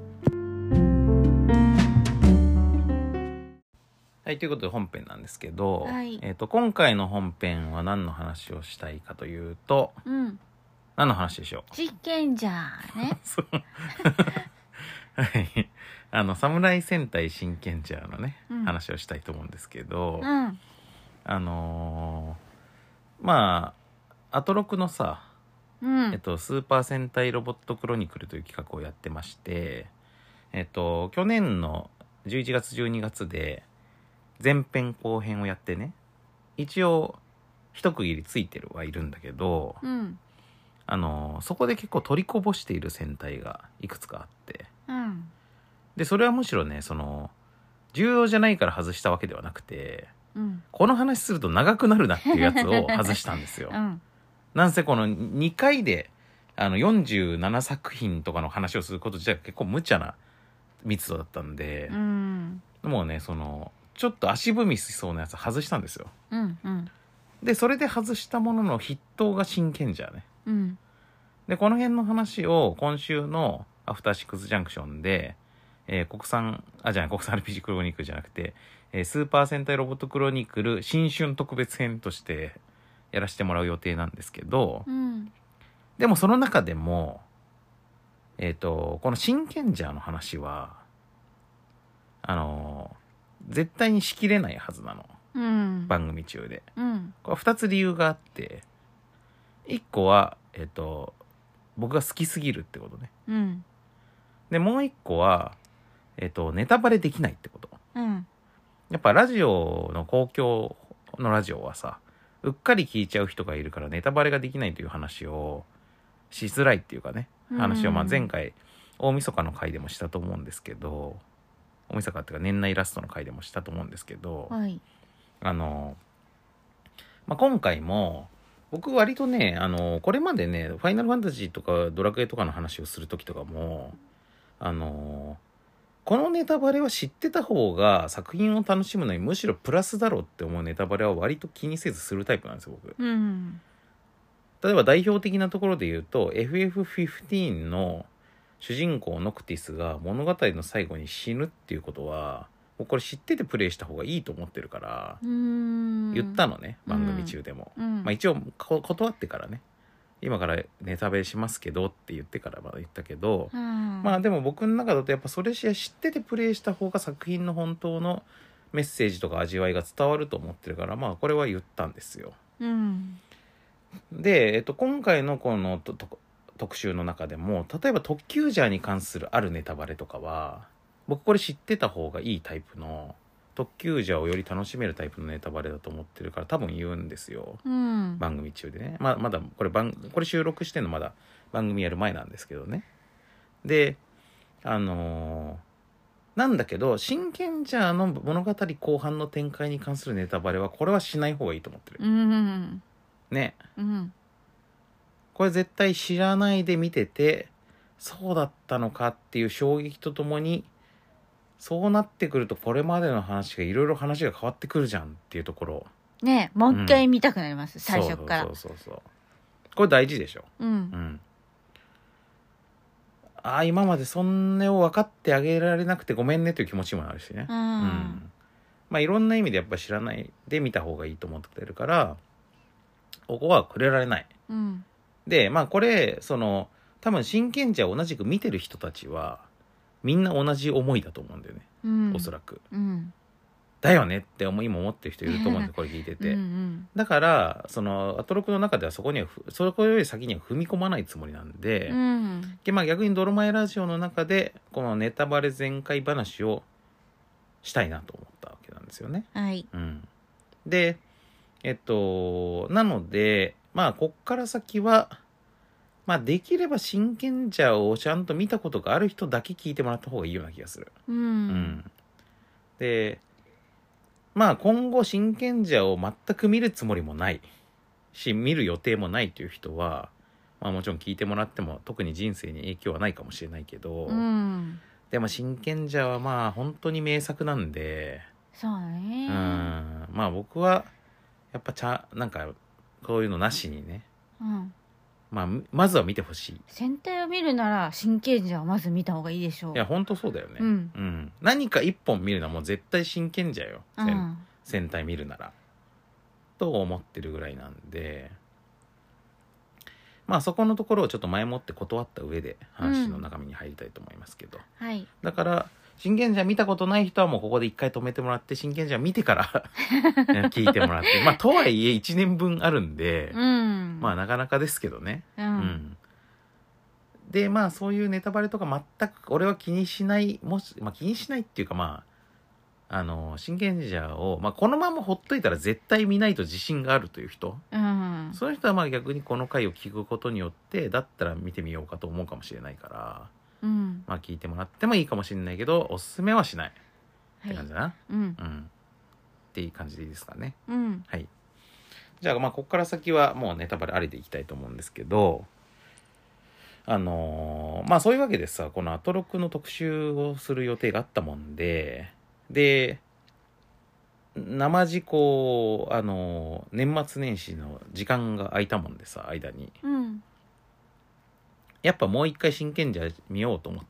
はい、ということで本編なんですけど、はい、えーと、今回の本編は何の話をしたいかというと、うん、何の話でしょう。 実験じゃね。 はい、あの侍戦隊真剣ジャーのね、うん、話をしたいと思うんですけど、うん、あのー、まあアトロクのさ、うんえっと、スーパー戦隊ロボットクロニクルという企画をやってまして、えっと、去年のじゅういちがつじゅうにがつで前編後編をやってね一応一区切りついてるはいるんだけど、うん、あのそこで結構取りこぼしている戦隊がいくつかあって、うん、でそれはむしろねその重要じゃないから外したわけではなくて、うん、この話すると長くなるなっていうやつを外したんですよ、うん、なんせこのにかいであのよんじゅうななさく品とかの話をすること自体が結構無茶な密度だったんで、うん、もうねそのちょっと足踏みしそうなやつ外したんですよ、うんうん、でそれで外したものの筆頭が真剣じゃね、うん、でこの辺の話を今週のアフターシックスジャンクションで、えー、国産あじゃない国産 アールピージー クロニクルじゃなくて、えー、スーパー戦隊ロボットクロニクル新春特別編としてやらせてもらう予定なんですけど、うん、でもその中でもえっとこの真剣ジャーの話はあのー絶対にしきれないはずなの、うん、番組中で、うん、これふたつ理由があっていっこは、えっと、僕が好きすぎるってことね、うん、でもういっこは、えっと、ネタバレできないってこと、うん、やっぱラジオの公共のラジオはさうっかり聞いちゃう人がいるからネタバレができないという話をしづらいっていうかね話をまあ前回大晦日の回でもしたと思うんですけど大晦日っていうか年内ラストの回でもしたと思うんですけど、はい、あの、まあ、今回も僕割とねあのこれまでねファイナルファンタジーとかドラクエとかの話をする時とかもあのこのネタバレは知ってた方が作品を楽しむのにむしろプラスだろうって思うネタバレは割と気にせずするタイプなんですよ僕、うん、例えば代表的なところで言うと エフエフじゅうご の主人公ノクティスが物語の最後に死ぬっていうことはもうこれ知っててプレイした方がいいと思ってるから言ったのね番組中でも、うんまあ、一応断ってからね今からネタバレしますけどって言ってからまだ言ったけど、まあでも僕の中だとやっぱそれし知っててプレイした方が作品の本当のメッセージとか味わいが伝わると思ってるから、まあこれは言ったんですよ。 うん、 で、えっと、今回のこのとと特集の中でも、例えば特急ジャーに関するあるネタバレとかは僕これ知ってた方がいいタイプの、特急ジャーをより楽しめるタイプのネタバレだと思ってるから多分言うんですよ、 うん、 番組中でね。ままだこれ番これ収録してんのまだ番組やる前なんですけどね。であのー、なんだけど真剣ジャーの物語後半の展開に関するネタバレはこれはしない方がいいと思ってる、 うん、 ね、 うん、 これ絶対知らないで見ててそうだったのかっていう衝撃とともに、そうなってくるとこれまでの話がいろいろ話が変わってくるじゃんっていうところね、もう一回見たくなります、うん、最初から。 そうそうそうそうこれ大事でしょ。 うん、うん、 ああ今までそんなを分かってあげられなくてごめんねという気持ちもあるしね、 うん、うん、 まあいろんな意味でやっぱ知らないで見た方がいいと思ってるからここは触れられない、 うん、でまあこれその多分真剣ジャーを同じく見てる人たちはみんな同じ思いだと思うんだよね、うん、おそらく、うん、だよねって思いも思ってる人いると思うんでこれ聞いててうん、うん、だからそのアトロクの中ではそこにはそこより先には踏み込まないつもりなんで、うん、でまあ逆にドロマイラジオの中でこのネタバレ全開話をしたいなと思ったわけなんですよね。 はい、 うん、でえっとなのでまあこっから先はまあできれば真剣ジャーをちゃんと見たことがある人だけ聞いてもらった方がいいような気がする。 うん。うん、 で、まあ今後真剣ジャーを全く見るつもりもないし、見る予定もないという人は、まあもちろん聞いてもらっても特に人生に影響はないかもしれないけど、 うん、 でも真剣ジャーはまあ本当に名作なんで、 そうね。 うん、まあ僕はやっぱちゃなんかこういうのなしにね。うん。まあ、まずは見てほしい。 戦隊を見るなら真剣ジャーをまず見た方がいいでしょう。 いや本当そうだよね、うんうん、何か一本見るのはもう絶対真剣ジャーよ、うん、戦隊見るならと思ってるぐらいなんで、まあそこのところをちょっと前もって断った上で話の中身に入りたいと思いますけど、 うん、はい、 だから真剣ジャー見たことない人はもうここで一回止めてもらって真剣ジャー見てから聞いてもらってまあとはいえいちねんぶんあるんで、うん、まあなかなかですけどね、うん、うん、でまあそういうネタバレとか全く俺は気にしないもし、まあ、気にしないっていうかまああの真剣ジャーを、まあ、このままほっといたら絶対見ないと自信があるという人、うん、そういう人はまあ逆にこの回を聞くことによってだったら見てみようかと思うかもしれないから、うん、まあ聞いてもらってもいいかもしれないけどおすすめはしないって感じだな、はい、うん、うん、っていう感じでいいですかね、うん、はい。じゃあまあここから先はもうネタバレありでいきたいと思うんですけど、あのー、まあそういうわけでさこのアトロクの特集をする予定があったもんでで生事故あのー、年末年始の時間が空いたもんでさ間に、うん、やっぱもう一回真剣ジャー見ようと思って、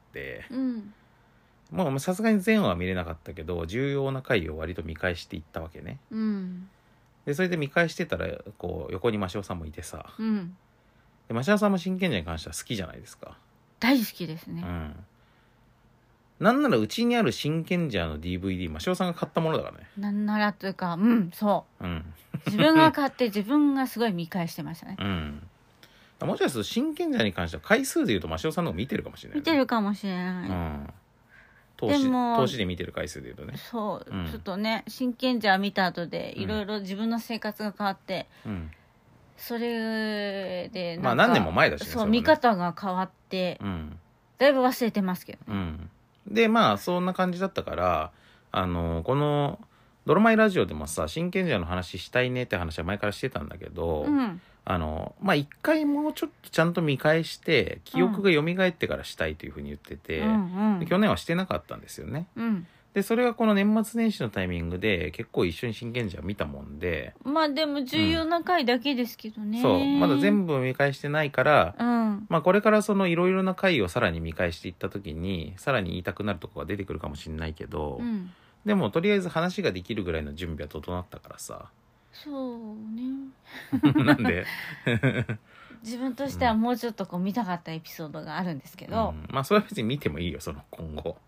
うん、もうさすがに全話は見れなかったけど重要な回を割と見返していったわけね、うん、でそれで見返してたらこう横にマシオさんもいてさ、うん、でマシオさんも真剣ジャーに関しては好きじゃないですか。 大好きですね、うん、 なんならうちにある真剣ジャーの ディーブイディー マシオさんが買ったものだからね。 なんならというかうんそう、うん、自分が買って自分がすごい見返してましたね、うん、 もしかすると真剣ジャーに関しては回数でいうとマシオさんの方が見てるかもしれない、ね、 見てるかもしれない、うん、 投資、投資で見てる回数でいうとねそう、うん、ちょっとね真剣ジャー見た後でいろいろ自分の生活が変わって、うん、それでなんかまあ何年も前だしねそう、ね、見方が変わって、うん、だいぶ忘れてますけどね、うん、 でまあそんな感じだったからあのこのドロマイラジオでもさ真剣ジャーの話したいねって話は前からしてたんだけど、うん、あのまあ一回もうちょっとちゃんと見返して記憶が蘇ってからしたいというふうに言ってて、うんうん、去年はしてなかったんですよね、うん、でそれがこの年末年始のタイミングで結構一緒に真剣ジャー見たもんでまあでも重要な回だけですけどね、 うん、そうまだ全部見返してないから、うんまあ、これからそのいろいろな回をさらに見返していった時にさらに言いたくなるところが出てくるかもしれないけど、うん、でもとりあえず話ができるぐらいの準備は整ったからさそうねなんで自分としてはもうちょっとこう見たかったエピソードがあるんですけど、 うん、まあそれは別に見てもいいよその今後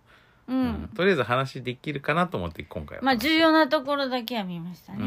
うん、うん、 とりあえず話できるかなと思って今回はまあ重要なところだけは見ましたね、うん、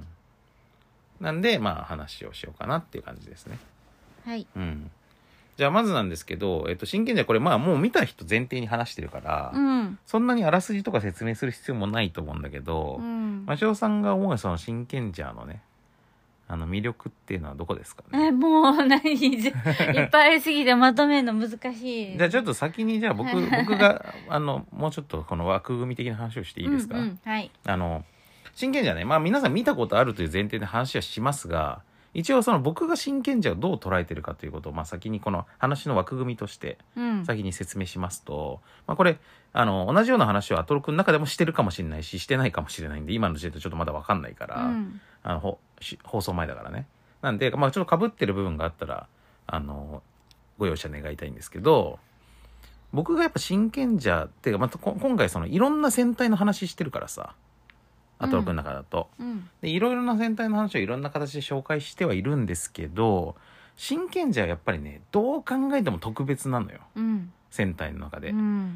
なんでまあ話をしようかなっていう感じですね。 はい、 うん、じゃあまずなんですけど、えっと、真剣じゃこれまあもう見た人前提に話してるから、 うん、 そんなにあらすじとか説明する必要もないと思うんだけど、 うん、 マシオさんが思うその真剣じゃのねあの魅力っていうのはどこですかね。 えもう何いっぱいありすぎてまとめるの難しい。 じゃあちょっと先にじゃあ僕僕があのもうちょっとこの枠組み的な話をしていいですか。 うん、うん、はい。 あの真剣じゃねまあ皆さん見たことあるという前提で話はしますが、一応その僕が真剣じゃをどう捉えてるかということをまあ先にこの話の枠組みとして先に説明しますと、うん、まあこれあの同じような話をアトロクの中でもしてるかもしれないししてないかもしれないんで今の時点でちょっとまだ分かんないから、うん、あの放送前だからね。なんで、まあ、ちょっと被ってる部分があったらあのご容赦願いたいんですけど、僕がやっぱ真剣じゃっていうか、まあ、今回そのいろんな戦隊の話してるからさアトロクの中だと、うん、でいろいろな戦隊の話をいろんな形で紹介してはいるんですけど、真剣じゃはやっぱりねどう考えても特別なのよ、うん、戦隊の中で、うん、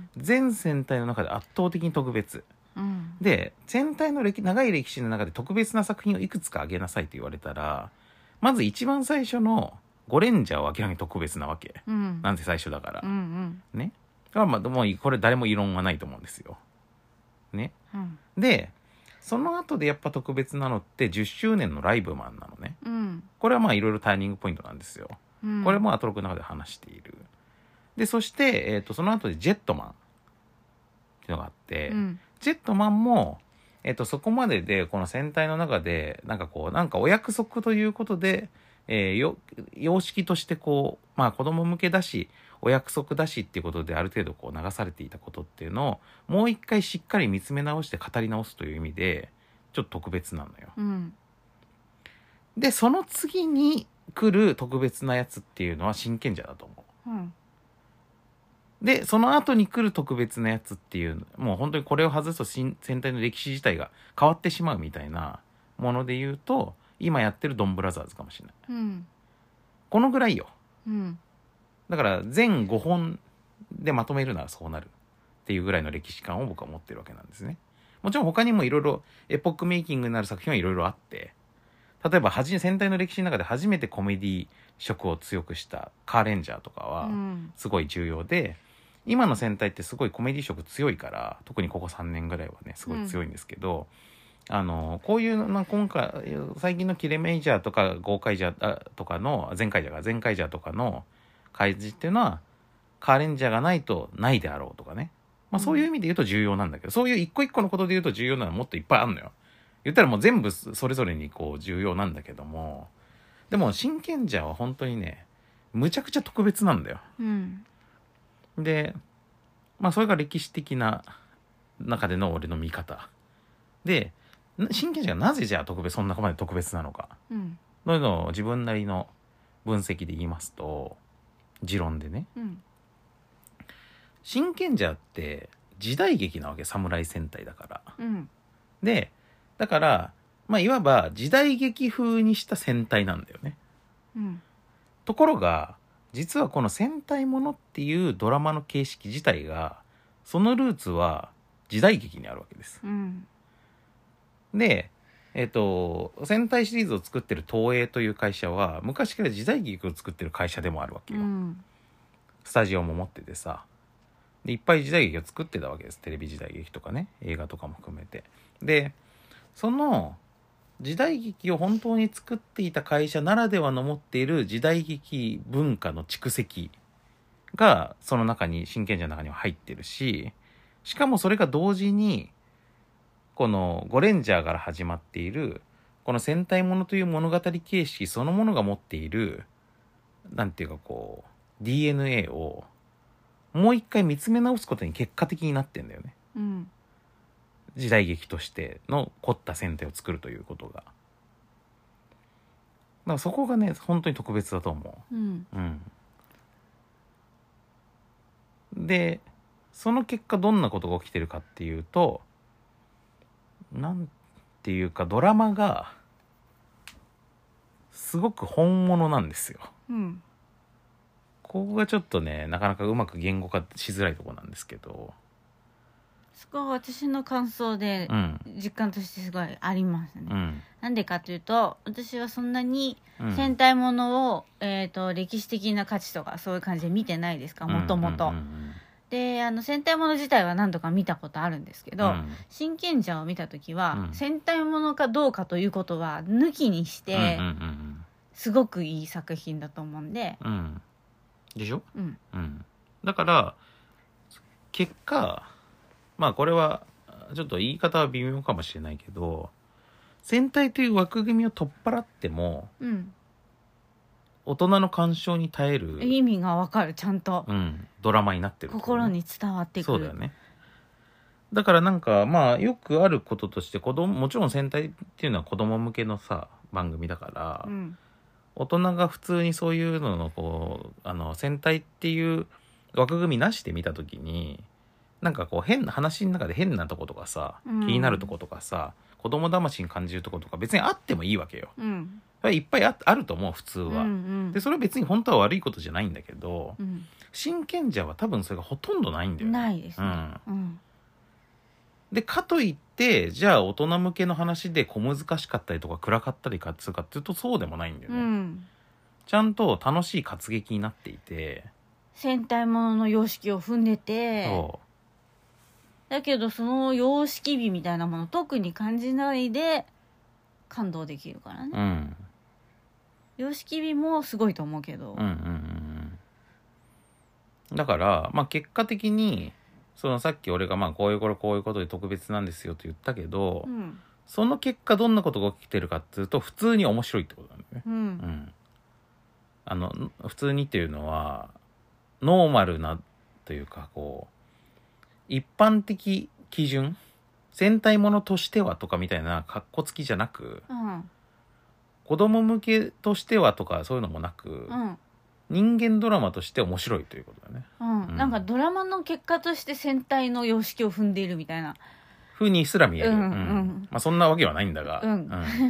全戦隊の中で圧倒的に特別、うん、で戦隊の歴長い歴史の中で特別な作品をいくつか挙げなさいと言われたら、まず一番最初のゴレンジャーは明らかに特別なわけ、うん、なんて最初だから、うんうん、ね。だからまあもうこれ誰も異論はないと思うんですよ。ね。うん、でその後でやっぱ特別なのってじゅっしゅうねんのライブマンなのね。うん、これはまあいろいろターニングポイントなんですよ。うん、これもアトロクの中で話している。でそして、えー、とその後でジェットマンっていうのがあって、うん、ジェットマンもえっと、そこまでで、この戦隊の中で、なんかこう、なんかお約束ということで、えー、よ、様式としてこう、まあ子供向けだし、お約束だしっていうことである程度こう流されていたことっていうのを、もう一回しっかり見つめ直して語り直すという意味で、ちょっと特別なのよ。うん、で、その次に来る特別なやつっていうのは真剣者だと思う。うんで、その後に来る特別なやつっていう、もう本当にこれを外すと戦隊の歴史自体が変わってしまうみたいなもので言うと、今やってるドンブラザーズかもしれない。うん、このぐらいよ。うん、だから全ごほんでまとめるならそうなるっていうぐらいの歴史観を僕は持ってるわけなんですね。もちろん他にもいろいろエポックメイキングになる作品はいろいろあって、例えばはじ戦隊の歴史の中で初めてコメディ色を強くしたカーレンジャーとかはすごい重要で、うん今の戦隊ってすごいコメディ色強いから、特にここさんねんぐらいはねすごい強いんですけど、うん、あのこういうな今回最近のキレメイジャーとかゴーカイジャーとかの前回ジャーが前回ジャーとかの開示っていうのはカーレンジャーがないとないであろうとかね、まあ、そういう意味で言うと重要なんだけど、うん、そういう一個一個のことで言うと重要なのはもっといっぱいあるのよ。言ったらもう全部それぞれにこう重要なんだけども、でも真剣ジャーは本当にねむちゃくちゃ特別なんだよ。うんで、まあそれが歴史的な中での俺の見方で、真剣者がなぜじゃあ特別そんなまで特別なのか、うん、そういうのを自分なりの分析で言いますと、持論でね、うん、真剣者って時代劇なわけ、侍戦隊だから、うん、でだからまあいわば時代劇風にした戦隊なんだよね、うん、ところが実はこの戦隊ものっていうドラマの形式自体がそのルーツは時代劇にあるわけです、うん、でえっと戦隊シリーズを作ってる東映という会社は昔から時代劇を作ってる会社でもあるわけよ、うん、スタジオも持っててさ、でいっぱい時代劇を作ってたわけです。テレビ時代劇とかね、映画とかも含めて。でその時代劇を本当に作っていた会社ならではの持っている時代劇文化の蓄積がその中に真剣者の中には入ってるし、しかもそれが同時にこのゴレンジャーから始まっているこの戦隊ものという物語形式そのものが持っているなんていうかこう ディーエヌエー をもう一回見つめ直すことに結果的になってんだよね、うん、時代劇としての凝った戦隊を作るということが、だからそこがね本当に特別だと思う、うんうん、でその結果どんなことが起きてるかっていうと、なんていうかドラマがすごく本物なんですよ、うん、ここがちょっとねなかなかうまく言語化しづらいところなんですけど、 そこは私の感想で実感としてすごいありますね、うん、なんでかというと私はそんなに戦隊ものを、うんえー、と歴史的な価値とかそういう感じで見てないですかもともとであの戦隊もの自体は何度か見たことあるんですけど、うん、真剣者を見た時は、うん、戦隊ものかどうかということは抜きにして、うんうんうん、すごくいい作品だと思うんで、 うん、でしょ、うんうん、だから結果まあこれはちょっと言い方は微妙かもしれないけど戦隊という枠組みを取っ払っても、うん、大人の鑑賞に耐える意味がわかるちゃんと、 うん、ドラマになってる、ね、 心に伝わってくるそうだよねだからなんかまあよくあることとして子供もちろん戦隊っていうのは子供向けのさ番組だから、うん、大人が普通にそういうののこうあの戦隊っていう枠組みなしで見た時になんかこう変な話の中で変なとことかさ、うん、気になるとことかさ子供魂に感じるとことか別にあってもいいわけよ、うん、いっぱい あ, あると思う普通は、うんうん、でそれは別に本当は悪いことじゃないんだけど、うん、真剣者は多分それがほとんどないんだよねないですね、うんうん、 でかといってじゃあ大人向けの話で小難しかったりとか暗かったりかつうかっていうとそうでもないんだよね、うん、ちゃんと楽しい活劇になっていて戦隊ものの様式を踏んでてそうだけどその様式美みたいなもの特に感じないで感動できるからね、うん、様式美もすごいと思うけど、うんうんうん、だからまあ結果的にそのさっき俺がまあこういうこれこういうことで特別なんですよと言ったけど、うん、その結果どんなことが起きてるかっていうと普通に面白いってことなんだよね、うんうん、あの普通にっていうのはノーマルなというかこう一般的基準戦隊ものとしてはとかみたいなカッコつきじゃなく、うん、子供向けとしてはとかそういうのもなく、うん、人間ドラマとして面白いということだね、 うんうん、なんかドラマの結果として戦隊の様式を踏んでいるみたいな風にすら見える、うんうんうん、まあそんなわけはないんだが、うんうん、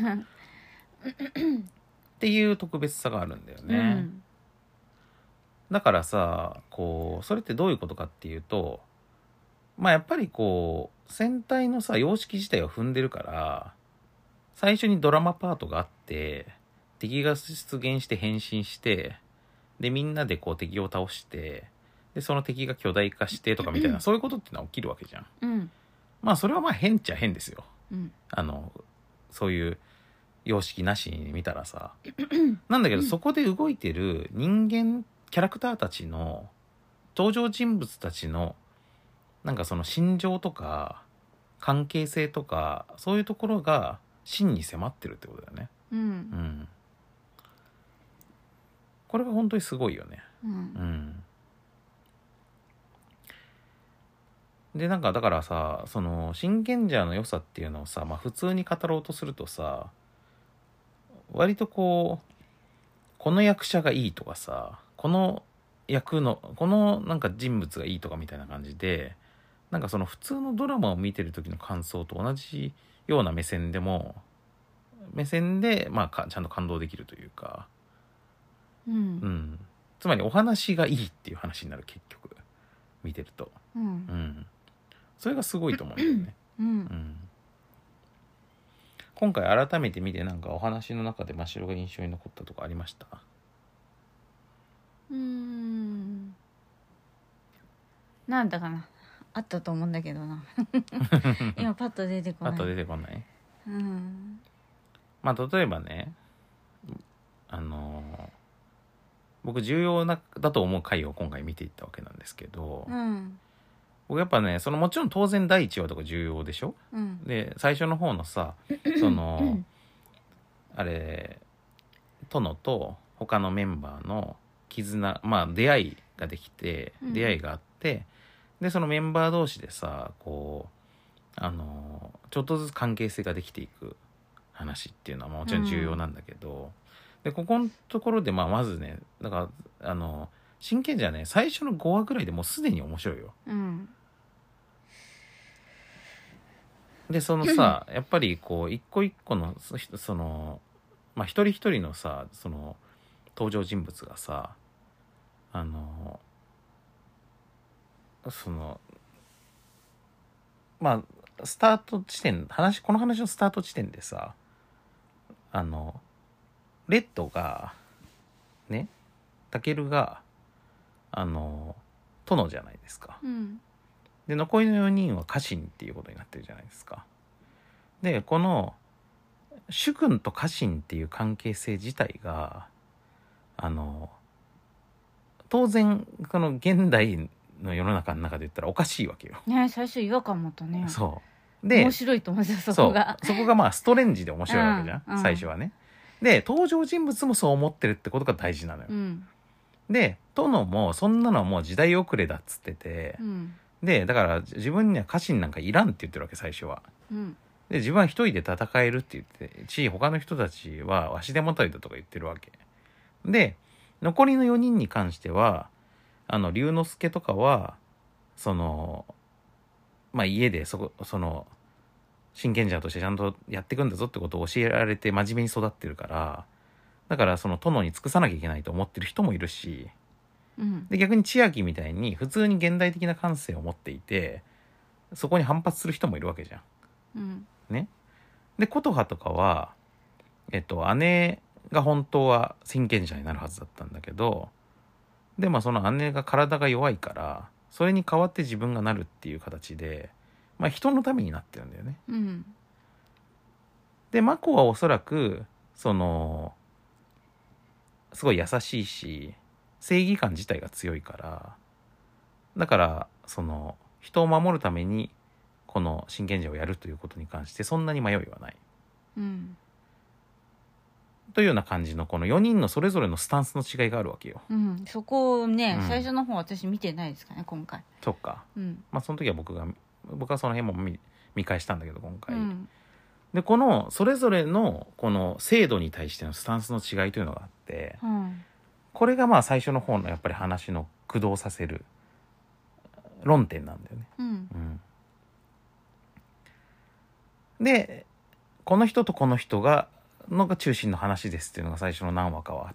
っていう特別さがあるんだよね、うん、だからさこうそれってどういうことかっていうとまあやっぱりこう戦隊のさ様式自体を踏んでるから最初にドラマパートがあって敵が出現して変身してでみんなでこう敵を倒してでその敵が巨大化してとかみたいな、うん、そういうことってのは起きるわけじゃん、うん、まあそれはまあ変っちゃ変ですよ、うん、あのそういう様式なしに見たらさなんだけどそこで動いてる人間キャラクターたちの登場人物たちのなんかその心情とか関係性とかそういうところが真に迫ってるってことだよね、うんうん、これが本当にすごいよね、うんうん、でなんかだからさその真剣者の良さっていうのをさ、まあ、普通に語ろうとするとさ割とこうこの役者がいいとかさこの役のこのなんか人物がいいとかみたいな感じでなんかその普通のドラマを見てる時の感想と同じような目線でも目線でまあちゃんと感動できるというか、うんうん、つまりお話がいいっていう話になる結局見てると、うんうん、それがすごいと思うんだよね、うんうん、今回改めて見てなんかお話の中で真城が印象に残ったとこありました？ うーんなんだかなあったと思うんだけどな今パッと出てこないパッと出てこない、うん、まあ例えばねあのー、僕重要なだと思う回を今回見ていったわけなんですけど、うん、僕やっぱねそのもちろん当然だいいちわとか重要でしょ、うん、で最初の方のさそのあれ殿と他のメンバーの絆まあ出会いができて出会いがあって、うんでそのメンバー同士でさこうあのちょっとずつ関係性ができていく話っていうのはもちろん重要なんだけど、うん、でここのところでまあまずねだからあの真剣じゃね最初のごわぐらいでもうすでに面白いよ、うん、でそのさやっぱりこう一個一個のそのまあ一人一人のさその登場人物がさあのそのまあスタート地点話この話のスタート地点でさ、あのレッドがね、タケルがあの殿じゃないですか、 うん、 で残りのよにんは家臣っていうことになってるじゃないですか。でこの主君と家臣っていう関係性自体があの当然この現代の世の中の中で言ったらおかしいわけよ。 ね、最初違和感持ったね。 そうで面白いと思うんですよ、そこが。 そうそこがまあストレンジで面白いわけじゃん、 うん、 最初はね。で登場人物もそう思ってるってことが大事なのよ、 うん、で殿もそんなのはもう時代遅れだっつってて、うん、でだから自分には家臣なんかいらんって言ってるわけ最初は、うん、で自分は一人で戦えるって言ってし、他の人たちはわしでもたりだとか言ってるわけで、残りのよにんに関してはあの龍之介とかはそのまあ家でそこその真剣者としてちゃんとやっていくんだぞってことを教えられて真面目に育ってるから、だからその殿に尽くさなきゃいけないと思ってる人もいるし、うん、で逆に千秋みたいに普通に現代的な感性を持っていてそこに反発する人もいるわけじゃん、うん、ね。で琴葉とかはえっと姉が本当は真剣者になるはずだったんだけど、でもその姉が体が弱いからそれに代わって自分がなるっていう形で、まあ人のためになってるんだよね、うん、で真子はおそらくそのすごい優しいし正義感自体が強いから、だからその人を守るためにこの真剣者をやるということに関してそんなに迷いはない、うん、というような感じのこのよにんのそれぞれのスタンスの違いがあるわけよ、 うん、そこをね、うん、最初の方私見てないですかね今回。 そっか、うん、まあその時は僕が僕はその辺も 見, 見返したんだけど今回、うん、でこのそれぞれのこの制度に対してのスタンスの違いというのがあって、うん、これがまあ最初の方のやっぱり話の駆動させる論点なんだよね、うんうん、でこの人とこの人がのが中心の話ですっていうのが最初の何話かはあって、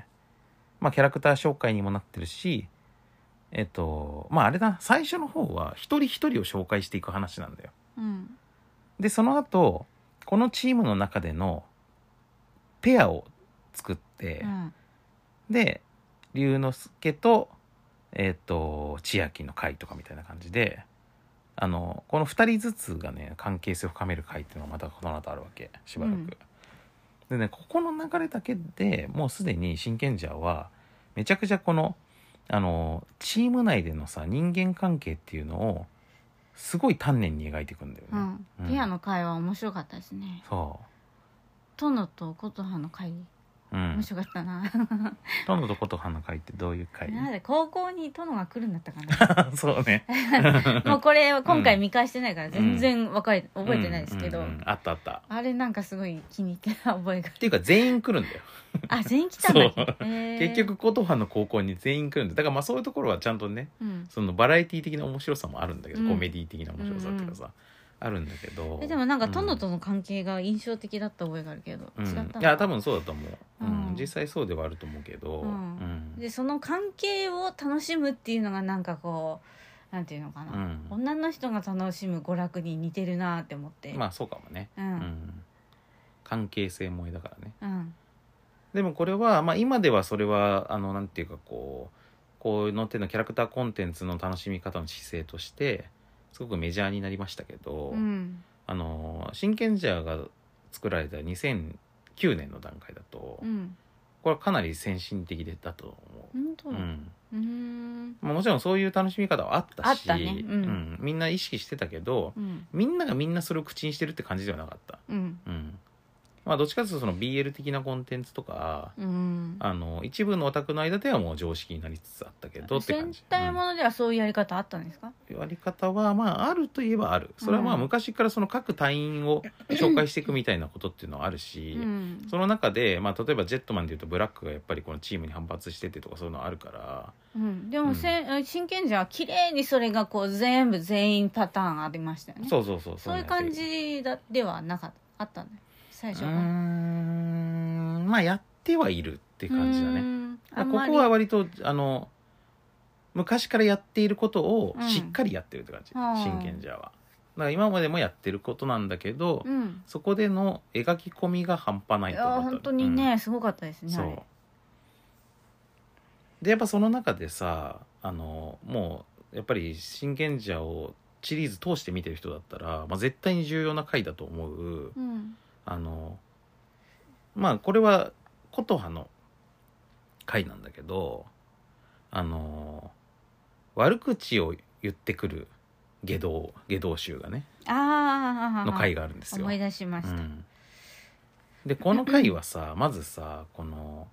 まあキャラクター紹介にもなってるし、えっとまああれだ最初の方は一人一人を紹介していく話なんだよ、うん、でその後このチームの中でのペアを作って、うん、で龍之介とえっと千秋の会とかみたいな感じで、あのこのふたりずつがね関係性を深める会っていうのがまたこの後あるわけしばらく、うん、でねここの流れだけでもうすでに真剣者はめちゃくちゃこのあのチーム内でのさ人間関係っていうのをすごい丹念に描いていくんだよね、 うんうん、ペアの会話面白かったですね。そう殿と琴葉の会、うん、面白かったな殿と琴葉の会ってどういう会？ なんで高校に殿が来るんだったかなそうねもうこれ今回見返してないから全然わかり、うん、覚えてないですけど、うんうんうん、 あったあったあれなんかすごい気に入ってた覚えがっていうか全員来るんだよあ全員来たんだっけ結局琴葉の高校に全員来るんだ。だからまあそういうところはちゃんとね、うん、そのバラエティ的な面白さもあるんだけど、うん、コメディ的な面白さっていうかさ、うんうんあるんだけど、 えでもなんか殿との関係が印象的だった覚えがあるけど、うん、違ったの？ いや多分そうだと思う、うんうん、実際そうではあると思うけど、 うんうん、でその関係を楽しむっていうのがなんかこうなんていうのかな、うん、女の人が楽しむ娯楽に似てるなって思って。 まあそうかもね、うんうん、関係性萌えだからね、うん、でもこれは、まあ、今ではそれはあのなんていうかこうこうの手のキャラクターコンテンツの楽しみ方の姿勢としてすごくメジャーになりましたけど、うん、あの真剣者が作られたにせんきゅうねんの段階だと、うん、これはかなり先進的でだと思う。本当、うんうーんまあ、もちろんそういう楽しみ方はあったしあったね、うんうん、 みんな意識してたけど、うん、みんながみんなそれを口にしてるって感じではなかった、うんうんまあ、どっちかというとその ビーエル 的なコンテンツとか、うん、あの一部のオタクの間ではもう常識になりつつあったけどって感じ。 戦隊ものではそういうやり方あったんですか？ うん、やり方はまああるといえばある。それはまあ昔からその各隊員を紹介していくみたいなことっていうのはあるし、うん、その中で、まあ、例えばジェットマンでいうとブラックがやっぱりこのチームに反発しててとかそういうのあるから、 うん、でもせ、うん、真剣者は綺麗にそれがこう全部全員パターンありましたよね。 そうそうそうそういう感じだではなかったあったんだよ最初は。うーんまあやってはいるって感じだね。ここは割とあの昔からやっていることをしっかりやってるって感じ、うん、真剣者は。 だから今までもやってることなんだけど、 うん、 そこでの描き込みが半端ないと思った。 いや本当にね、うん、すごかったですね。 そうでやっぱその中でさ、あのもうやっぱり真剣者をシリーズ通して見てる人だったら、まあ、絶対に重要な回だと思う、 うん、 あのまあこれは琴葉の回なんだけど、あの悪口を言ってくる下道下道衆がねあの回があるんですよ。 思い出しました、うん、 でこの回はさまずさこの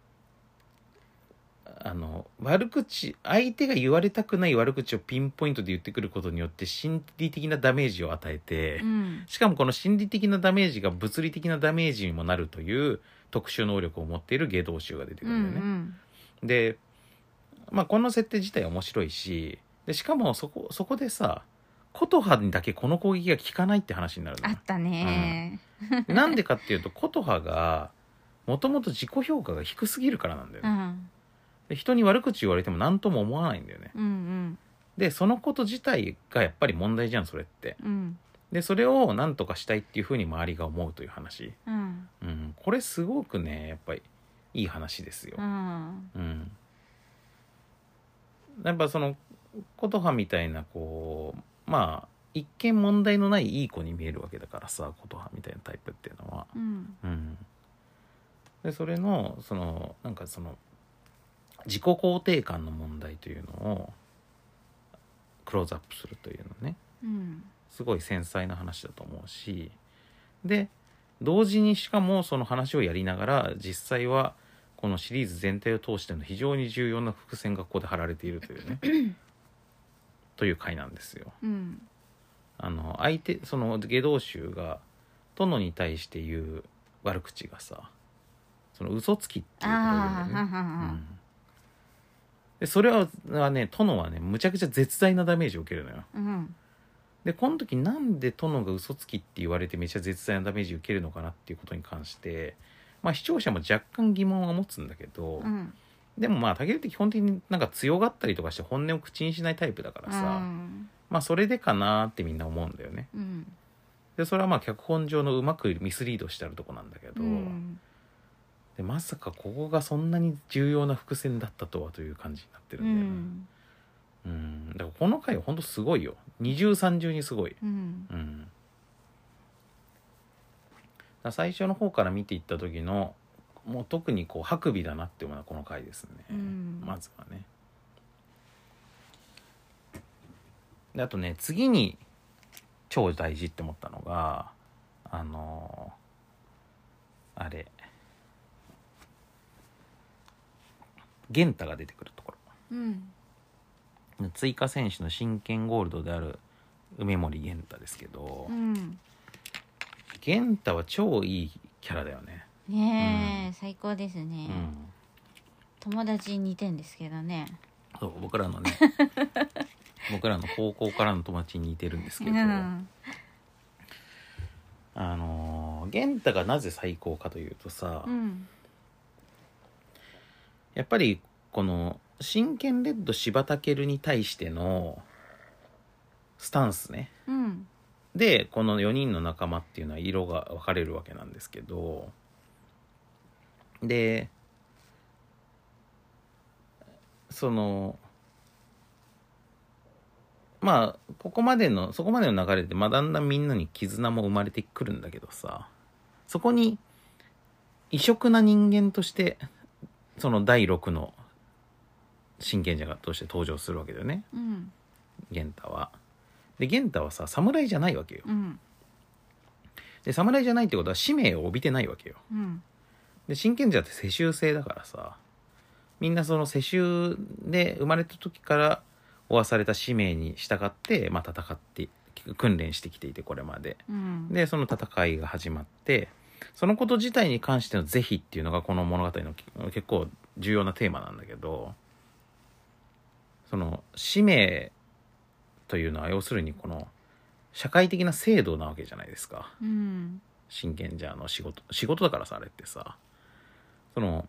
あの悪口相手が言われたくない悪口をピンポイントで言ってくることによって心理的なダメージを与えて、 うん、 しかもこの心理的なダメージが物理的なダメージにもなるという特殊能力を持っている下道衆が出てくるんだよね、 うんうん、 で、まあ、この設定自体は面白いし、でしかもそこそこでさ琴葉にだけこの攻撃が効かないって話になるのあったね、 うん、なんでかっていうと琴葉がもともと自己評価が低すぎるからなんだよね、 うんで人に悪口言われても何とも思わないんだよね、 うんうん、 でそのこと自体がやっぱり問題じゃんそれって、 うん、 でそれを何とかしたいっていうふうに周りが思うという話、 うんうん、これすごくねやっぱりいい話ですよ、 うんうん、やっぱその琴葉みたいなこうまあ一見問題のないいい子に見えるわけだからさ琴葉みたいなタイプっていうのは、 うんうん、でそれのそのなんかその自己肯定感の問題というのをクローズアップするというのね、 うん、 すごい繊細な話だと思うし、で同時にしかもその話をやりながら実際はこのシリーズ全体を通しての非常に重要な伏線がここで張られているというねという回なんですよ、 うん、 あの相手その下道衆が殿に対して言う悪口がさその嘘つきっていうことを言うんだよね、うんでそれはね殿はねむちゃくちゃ絶大なダメージを受けるのよ、 うん、 でこの時なんで殿が嘘つきって言われてめちゃ絶大なダメージを受けるのかなっていうことに関してまあ視聴者も若干疑問は持つんだけど、 うん、 でもまあ武尊って基本的になんか強がったりとかして本音を口にしないタイプだからさ、 うん、 まあそれでかなってみんな思うんだよね、 うん、 でそれはまあ脚本上のうまくミスリードしてあるとこなんだけど、 うんでまさかここがそんなに重要な伏線だったとはという感じになってるんだよね、うん、うんだからこの回は本当すごいよ、二重三重にすごい、 うんうん、だから最初の方から見ていった時のもう特にこう白尾だなって思うのはこの回ですね、 うん、 まずはね。であとね次に超大事って思ったのがあのー、あれ玄太が出てくるところ、うん、 追加選手の真剣ゴールドである梅森玄太ですけど、 うん、 玄太は超いいキャラだよね。 ねえ、うん、最高ですね、 うん、 友達に似てんですけどね。 そう僕らのね僕らの高校からの友達に似てるんですけど、うん、あの玄太がなぜ最高かというとさ、 うん、 やっぱりこの真剣レッド柴健に対してのスタンスね、 うん、 でこのよにんの仲間っていうのは色が分かれるわけなんですけど、でそのまあここまでのそこまでの流れで、まあ、だんだんみんなに絆も生まれてくるんだけどさ、そこに異色な人間としてそのだいろくの真剣者がとして登場するわけだよね、 うん、 玄太は。で玄太はさ侍じゃないわけよ、 うん、 で侍じゃないってことは使命を帯びてないわけよ、 うん、 で真剣者って世襲制だからさ、みんなその世襲で生まれた時から負わされた使命に従って、まあ、戦って訓練してきていてこれまで、 うん、 でその戦いが始まって、そのこと自体に関しての是非っていうのがこの物語の結構重要なテーマなんだけど、その使命というのは要するにこの社会的な制度なわけじゃないですか、 うん、 真剣者の仕事仕事だからさ、あれってさ、その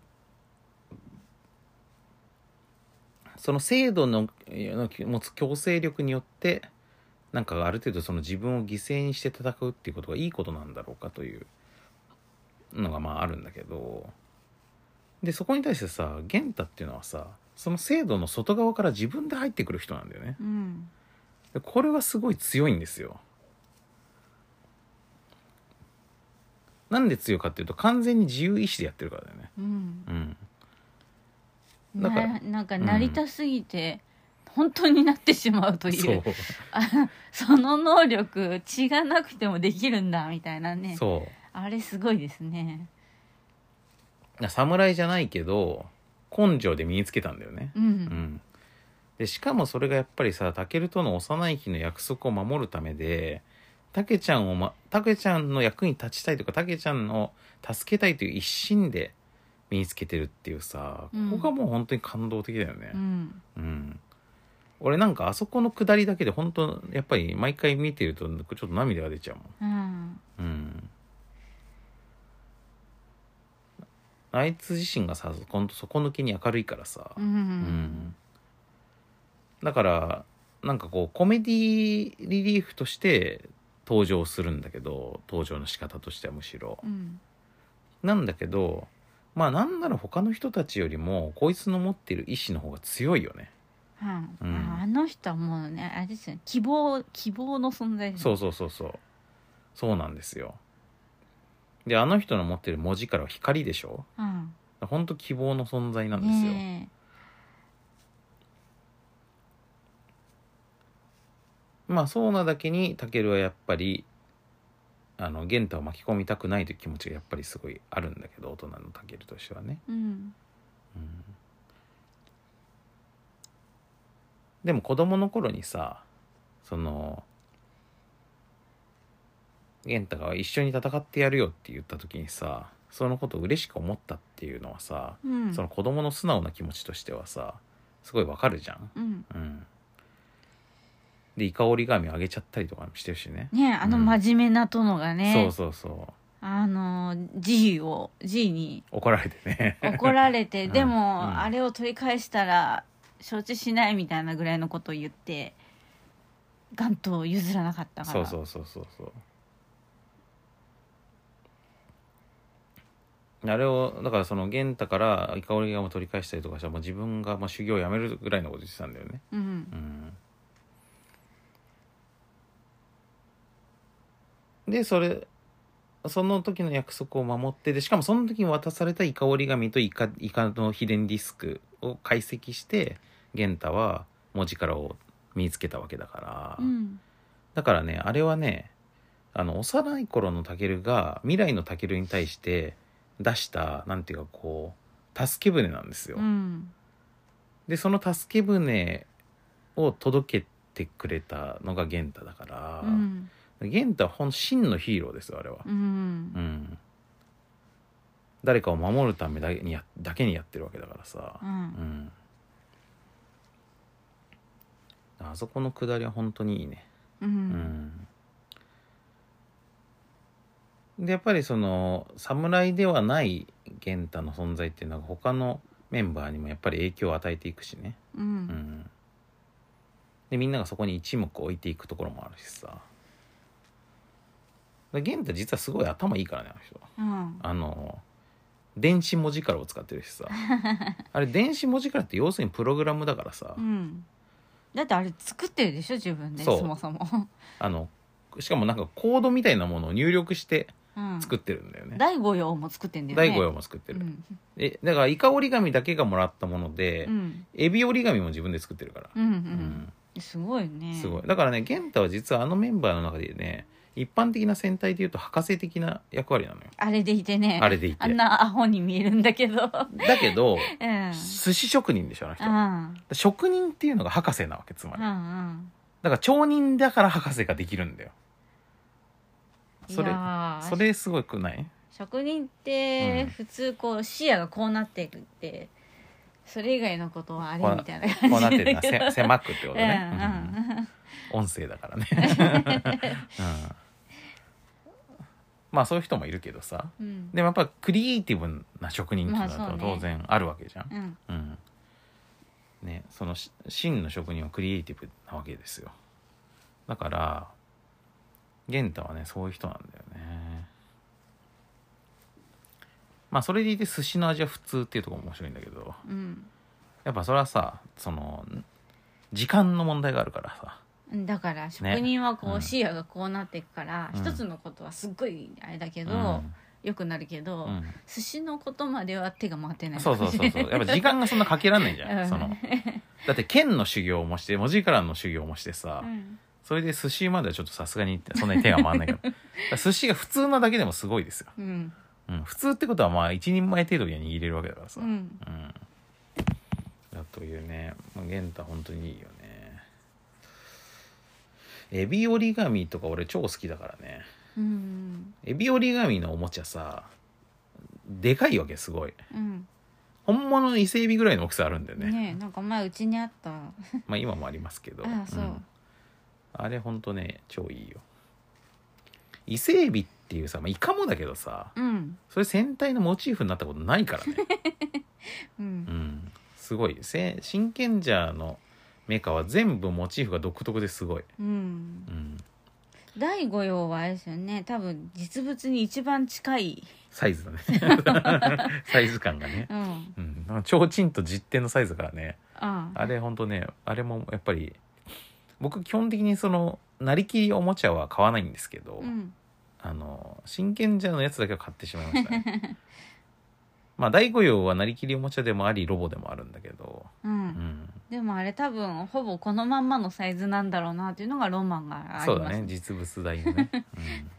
その制度の持つ強制力によってなんかある程度その自分を犠牲にして戦うっていうことがいいことなんだろうかというのがまああるんだけど、でそこに対してさ玄太っていうのはさその制度の外側から自分で入ってくる人なんだよね、 うん、 でこれはすごい強いんですよ。なんで強いかっていうと完全に自由意志でやってるからだよね。 うん、 うん、 だからな, なんかなりたすぎて、うん、本当になってしまうという、そうあその能力血がなくてもできるんだみたいなね。 そうあれすごいですね。 侍じゃないけど根性で身につけたんだよね、 うんうん、 でしかもそれがやっぱりさタケルとの幼い日の約束を守るためでタケちゃんを、ま、タケちゃんの役に立ちたいとかタケちゃんを助けたいという一心で身につけてるっていうさ、うん、ここがもう本当に感動的だよね、 うんうん、俺なんかあそこの下りだけで本当やっぱり毎回見てるとちょっと涙が出ちゃうもん、うんうん、あいつ自身がさ今度底抜けに明るいからさ、 うんうん、 だからなんかこうコメディリリーフとして登場するんだけど登場の仕方としてはむしろ、 うん、 なんだけどまあなんなら他の人たちよりもこいつの持っている意志の方が強いよね、 うんうん、あの人はもうねあれですよね希望希望の存在です、ね、 そうそうそうそうそうなんですよ。であの人の持ってる文字からは光でしょ、うん、ほんと希望の存在なんですよ、ね、まあそうなだけにタケルはやっぱりあの玄太を巻き込みたくないという気持ちがやっぱりすごいあるんだけど大人のタケルとしてはね、 うんうん、 でも子供の頃にさその玄太が一緒に戦ってやるよって言った時にさそのことを嬉しく思ったっていうのはさ、 うん、 その子供の素直な気持ちとしてはさすごいわかるじゃん、 うんうん、でイカ折り紙あげちゃったりとかしてるしねねあの真面目な殿がね、 うん、そうそうそうあの G を G に怒られてね怒られてでも、 うん、 あれを取り返したら承知しないみたいなぐらいのことを言ってガンと譲らなかったからそうそうそうそうそうあれをだからその玄太からイカ折り紙を取り返したりとかしたらもう自分がまあ修行をやめるぐらいのこと言ってたんだよね、 うんうんうん、でそれその時の約束を守ってでしかもその時に渡されたイカ折り紙とイカ、イカの秘伝ディスクを解析して玄太は文字からを身につけたわけだから、 うん、 だからねあれはねあの幼い頃のタケルが未来のタケルに対して出したなんていうかこう助け舟なんですよ、 うん、 でその助け舟を届けてくれたのが玄太だから、うん、玄太はほん真のヒーローですよあれは、 うんうん、 誰かを守るためだけにやだけにやってるわけだからさ、 うんうん、 あそこのくだりは本当にいいね、 うんうん、でやっぱりその侍ではない玄太の存在っていうのが他のメンバーにもやっぱり影響を与えていくしね、 うんうん、 でみんながそこに一目置いていくところもあるしさ玄太実はすごい頭いいからねあの人、 うん、 あの電子文字からを使ってるしさあれ電子文字からって要するにプログラムだからさ、 うん、だってあれ作ってるでしょ自分でそもそもあのしかもなんかコードみたいなものを入力して作ってるんだよね、 第五葉も作ってんだよね第五葉も作ってる、うん、えだからイカ折り紙だけがもらったもので、うん、エビ折り紙も自分で作ってるから、 うんうんうん、すごいねすごいだからね玄太は実はあのメンバーの中でね一般的な戦隊でいうと博士的な役割なのよあれでいてねあれでいてあんなアホに見えるんだけどだけど、 うん、 寿司職人でしょあの人、 うん、 職人っていうのが博士なわけつまり、 うんうん、 だから町人だから博士ができるんだよそれそれすごくない職人って普通こう視野がこうなってくって、うん、それ以外のことはあれみたいな感じこうなってるのは狭くってことね、 うんうん、 音声だからね、うんまあそういう人もいるけどさ、うん、でもやっぱクリエイティブな職人っていうのは当然あるわけじゃん、まあねうんうんね、その真の職人はクリエイティブなわけですよ。 だから玄太はねそういう人なんだよね。まあそれでいて寿司の味は普通っていうところも面白いんだけど、 うん、 やっぱそれはさその時間の問題があるからさ、 だから職人はこう、 ね、 視野がこうなっていくから、うん、一つのことはすっごいあれだけど、うん、よくなるけど、うん、寿司のことまでは手が回ってない。 そうそうそうそう、やっぱ時間がそんなかけらんないじゃん、うん、そのだって剣の修行もして文字からの修行もしてさ、うん、それで寿司まではちょっとさすがにそんなに手が回んないから寿司が普通なだけでもすごいですよ、うんうん、普通ってことはまあ一人前程度には握れるわけだからさ、うんうん、だというね、まあ、玄太本当にいいよね。エビ折り紙とか俺超好きだからね、うん、エビ折り紙のおもちゃさでかいわけすごい、うん、本物の伊勢エビぐらいの大きさあるんだよね。 ねえ、なんか前うちにあったまあ今もありますけど、 ああ、そう、うん、 あれほんとね超いいよ。伊勢エビっていうさ、まあ、イカもだけどさ、うん、それ戦隊のモチーフになったことないからね、うんうん、すごい真剣ジャーのメカは全部モチーフが独特ですごい、うんうん、 だいごようはあれですよね、多分実物に一番近いサイズだねサイズ感がね、うんうん、ちょうちんと実店のサイズからね、ああ、あれほんとね、あれもやっぱり僕基本的にそのなりきりおもちゃは買わないんですけど、うん、あの真剣ジャーのやつだけは買ってしまいましたねまあだいごようはなりきりおもちゃでもありロボでもあるんだけど、うんうん、 でもあれ多分ほぼこのまんまのサイズなんだろうなっていうのがロマンがあります、ね、 そうだね、実物大のね、うん、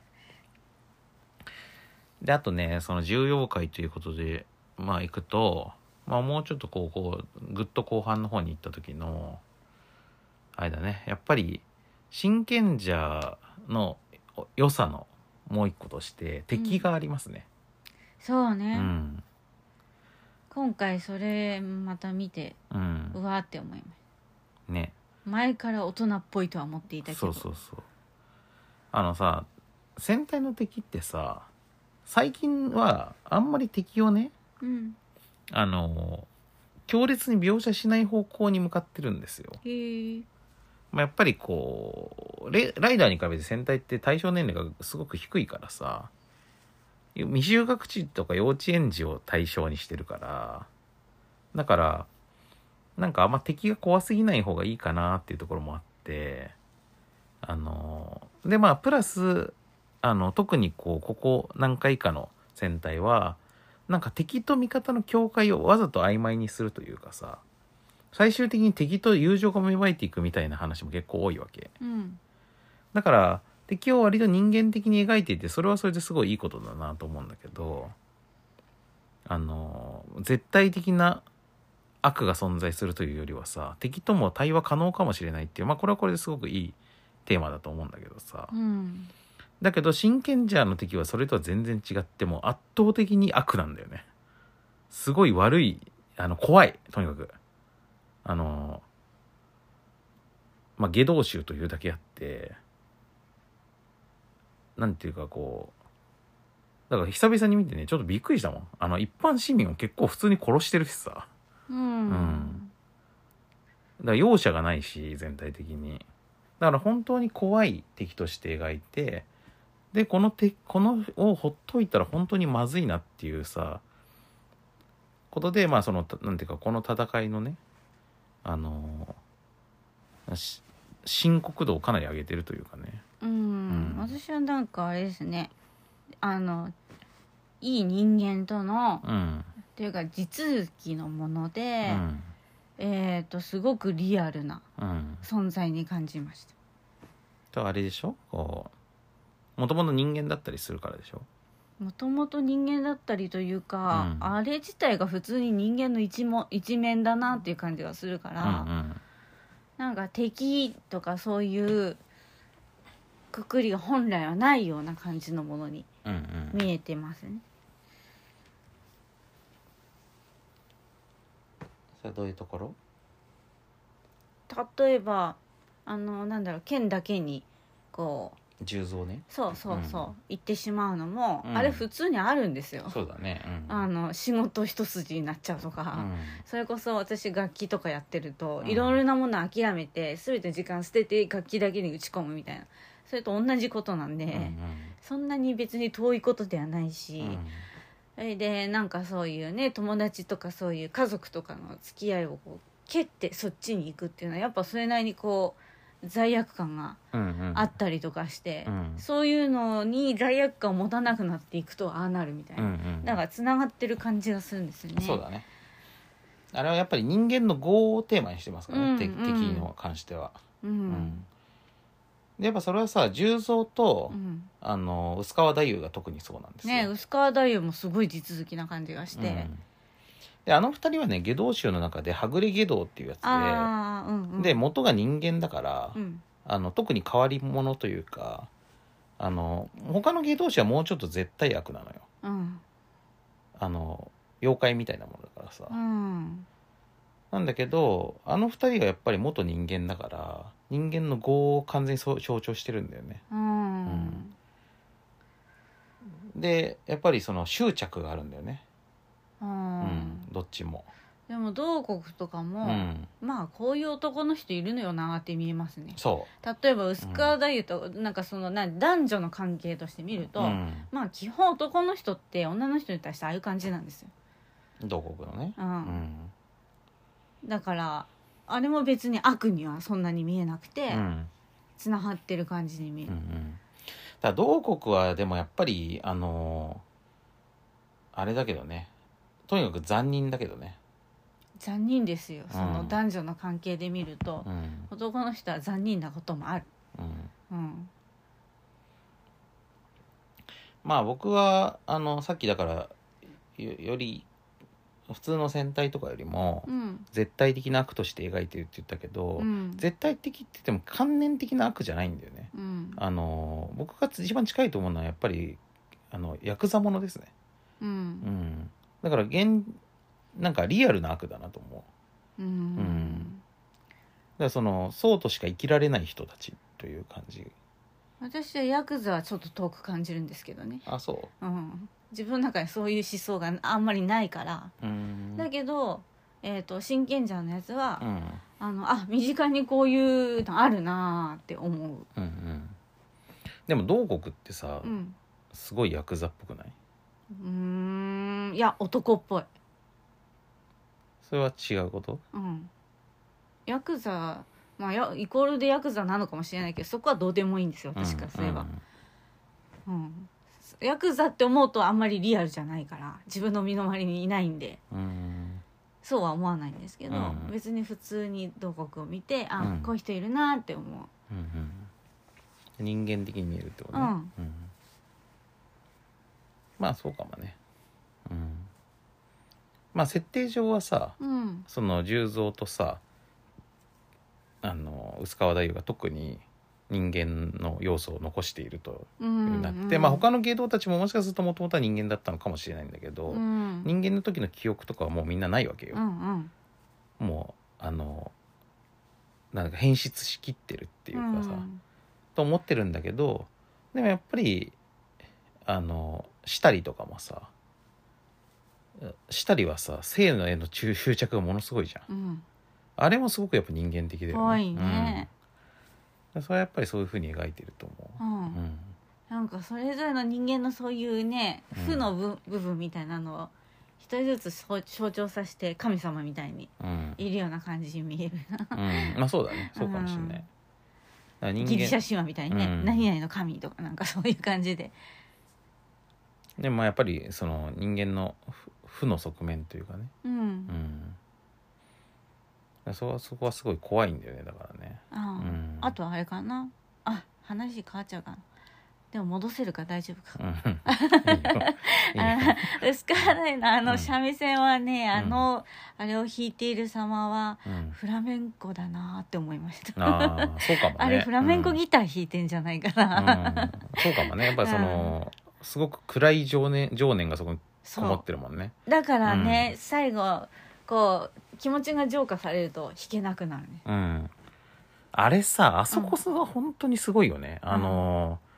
であとねその重要回ということでまあ行くと、まあ、もうちょっとこうこうぐっと後半の方に行った時のあれだね、やっぱり真剣ジャーの良さのもう一個として敵がありますね、 うん、そうね、うん、今回それまた見て、うん、うわーって思いますね。前から大人っぽいとは思っていたけど、 そうそうそう、あのさ戦隊の敵ってさ最近はあんまり敵をね、うん、あの強烈に描写しない方向に向かってるんですよ。へー、まあ、やっぱりこうライダーに比べて戦隊って対象年齢がすごく低いからさ、未就学児とか幼稚園児を対象にしてるから、だからなんかあんま敵が怖すぎない方がいいかなっていうところもあって、あのでまあプラスあの特にこうここ何回かの戦隊はなんか敵と味方の境界をわざと曖昧にするというかさ、最終的に敵と友情が芽生えていくみたいな話も結構多いわけ、うん、だから敵を割と人間的に描いていて、それはそれですごいいいことだなと思うんだけど、あの絶対的な悪が存在するというよりはさ、敵とも対話可能かもしれないっていう、まあこれはこれですごくいいテーマだと思うんだけどさ、うん、だけど真剣ジャーの敵はそれとは全然違って、もう圧倒的に悪なんだよね。すごい悪い、あの怖い、とにかくあのまあ下道衆というだけあって、なんていうかこう、だから久々に見てねちょっとびっくりしたもん。あの一般市民を結構普通に殺してるしさ、うん、うん、だから容赦がないし全体的に、だから本当に怖い敵として描いて、でこの敵このをほっといたら本当にまずいなっていうさことで、まあそのなんていうかこの戦いのね、あのー、深刻度をかなり上げてるというかね、 うん、うん、私はなんかあれですね、あのいい人間との、うん、っていうか地続きのもので、うん、えっとすごくリアルな存在に感じました。 とあれでしょ、こうもともと人間だったりするからでしょ。 もともと人間だったりというか、うん、あれ自体が普通に人間の 一, も一面だなっていう感じがするから、うんうん、なんか敵とかそういうくくりが本来はないような感じのものに見えてますね、うんうん、 それはどういうところ？ 例えばあのなんだろう、剣だけにこ重蔵ね。 そうそうそう、うん、行ってしまうのも、うん、あれ普通にあるんですよ。 そうだね、 うん、あの仕事一筋になっちゃうとか、うん、それこそ私楽器とかやってると、うん、いろいろなもの諦めて全て時間捨てて楽器だけに打ち込むみたいな、それと同じことなんで、うんうん、そんなに別に遠いことではないし、うん、それでなんかそういうね友達とかそういう家族とかの付き合いをこう蹴ってそっちに行くっていうのはやっぱそれなりにこう罪悪感があったりとかして、うんうん、そういうのに罪悪感を持たなくなっていくとああなるみたいな、うんうん、だからつながってる感じがするんですよね。 そうだね。あれはやっぱり人間の業をテーマにしてますからね、うんうん、敵に関しては、うんうん、でやっぱそれはさ重蔵と、うん、あの薄川太夫が特にそうなんですよね。薄川太夫もすごい地続きな感じがして、うん、 であの二人はね外道宗の中ではぐれ外道っていうやつで、うんうん、で元が人間だから、うん、あの特に変わり者というか、あの他の外道宗はもうちょっと絶対悪なのよ、うん、あの妖怪みたいなものだからさ、うん、なんだけどあの二人はやっぱり元人間だから人間の業を完全に象徴してるんだよね、うんうん、でやっぱりその執着があるんだよね、うん、どっちも。 でも同国とかも、うん、まあこういう男の人いるのよなって見えますね。そう例えば薄川太夫と、うん、なんかそのな男女の関係として見ると、うん、まあ基本男の人って女の人に対してああいう感じなんですよ同国のね、うんうん、 だからあれも別に悪にはそんなに見えなくて、うん、つながってる感じに見える、うんうん、 だ同国はでもやっぱりあのー、あれだけどねとにかく残忍だけどね。 残忍ですよ、その男女の関係で見ると、うん、男の人は残忍なこともある、うんうん、 まあ僕はあのさっきだからよ, より普通の戦隊とかよりも、うん、絶対的な悪として描いてるって言ったけど、うん、絶対的って言っても観念的な悪じゃないんだよね、うん、あの僕が一番近いと思うのはやっぱりあのヤクザものですね、うんうん、だから現なんかリアルな悪だなと思う、うんうん、だからそのそうとしか生きられない人たちという感じ。 私はヤクザはちょっと遠く感じるんですけどね。 あ、そう、 うん、自分の中にそういう思想があんまりないから。うんだけど、えーと、真剣者のやつは、うん、あのあ身近にこういうのあるなって思う、うんうん、 でも同国ってさ、うん、すごいヤクザっぽくない？ うーんいや男っぽい。 それは違うこと？ うん。ヤクザ、まあやイコールでヤクザなのかもしれないけど、そこはどうでもいいんですよ私からすれば、うんうん、ヤクザって思うとあんまりリアルじゃないから自分の身の回りにいないんで、うん、そうは思わないんですけど、うん、別に普通に同国を見てあ、うん、こういう人いるなって思う、うんうん、人間的に見えるってことね、うんうん、まあそうかもね、うんまあ設定上はさ、うん、その重蔵とさあの薄川太夫が特に人間の要素を残しているとなって、うんうん、まあ他の芸道たちももしかするともともとは人間だったのかもしれないんだけど、うん、人間の時の記憶とかはもうみんなないわけよ、うんうん、もうあのなんか変質しきってるっていうかさ、うん、と思ってるんだけどでもやっぱりあのしたりとかもさしたりはさ性のへの執着がものすごいじゃん、うん、あれもすごくやっぱ人間的だよね。 怖いね、 うん、それはやっぱりそういう風に描いてると思う、うんうん、 なんかそれぞれの人間のそういうね負の 部,、うん、部分みたいなのを一人ずつ象徴させて神様みたいにいるような感じに見えるな、 うん、まあそうだねそうかもしれない、うん、 ギリシャ神話みたいにね、うん、何々の神とかなんかそういう感じででもやっぱりその人間の負の側面というかね、うんうん、そ, そこはすごい怖いんだよねだからね。 あ,、うん、あとあれかなあ話変わっちゃうかなでも戻せるか大丈夫か、うん、薄川太夫のあの三味線はね、うん、あのあれを弾いている様は、うん、フラメンコだなって思いました。 あそうかもねあれフラメンコギター弾いてんじゃないかな、 うん、そうかもねやっぱりその、うん、すごく暗い情念情念がそこにこもってるもんね。 だからね、うん、最後こう気持ちが浄化されると弾けなくなるね、 うん、あれさあそこは本当にすごいよね、うん、あの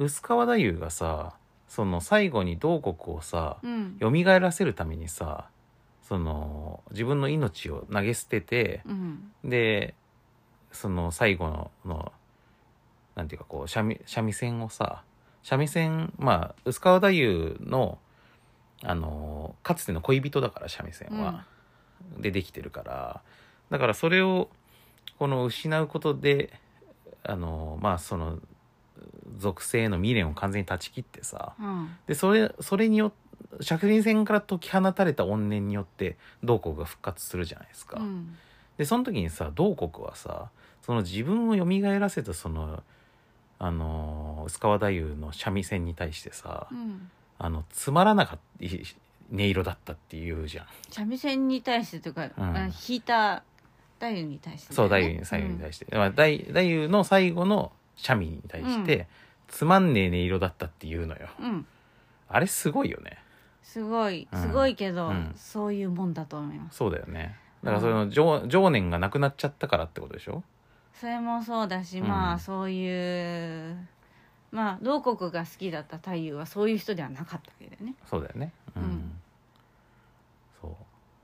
薄川太夫がさその最後に同国をさ、 うん、 蘇らせるためにさその自分の命を投げ捨てて、 うん、 でその最後ののなんていうかこう三味三味線をさ三味線まあ薄川太夫のあのかつての恋人だから三味線は、うん、でできてるからだからそれをこの失うことであのまあその属性の未練を完全に断ち切ってさ、 うん、 でそれそれによって三味線から解き放たれた怨念によって同国が復活するじゃないですか、 うん、 でその時にさ同国はさその自分を蘇らせたそのあの薄川太夫の三味線に対してさ、 うん、 あのつまらなかった音色だったっていうじゃん三味線に対してというか、うん、弾いた太夫に対して、ね、 そう太夫に最後に対して、うん、太夫の最後の三味に対して、うん、つまんねえ音色だったっていうのよ、 うん、 あれすごいよねすごいすごいけど、うん、そういうもんだと思います。 そうだよねだからその 情,、情念がなくなっちゃったからってことでしょ。 それもそうだし、うん、まあそういうまあ同国が好きだった太夫はそういう人ではなかったわけだよね。 そうだよね、うんうん、そう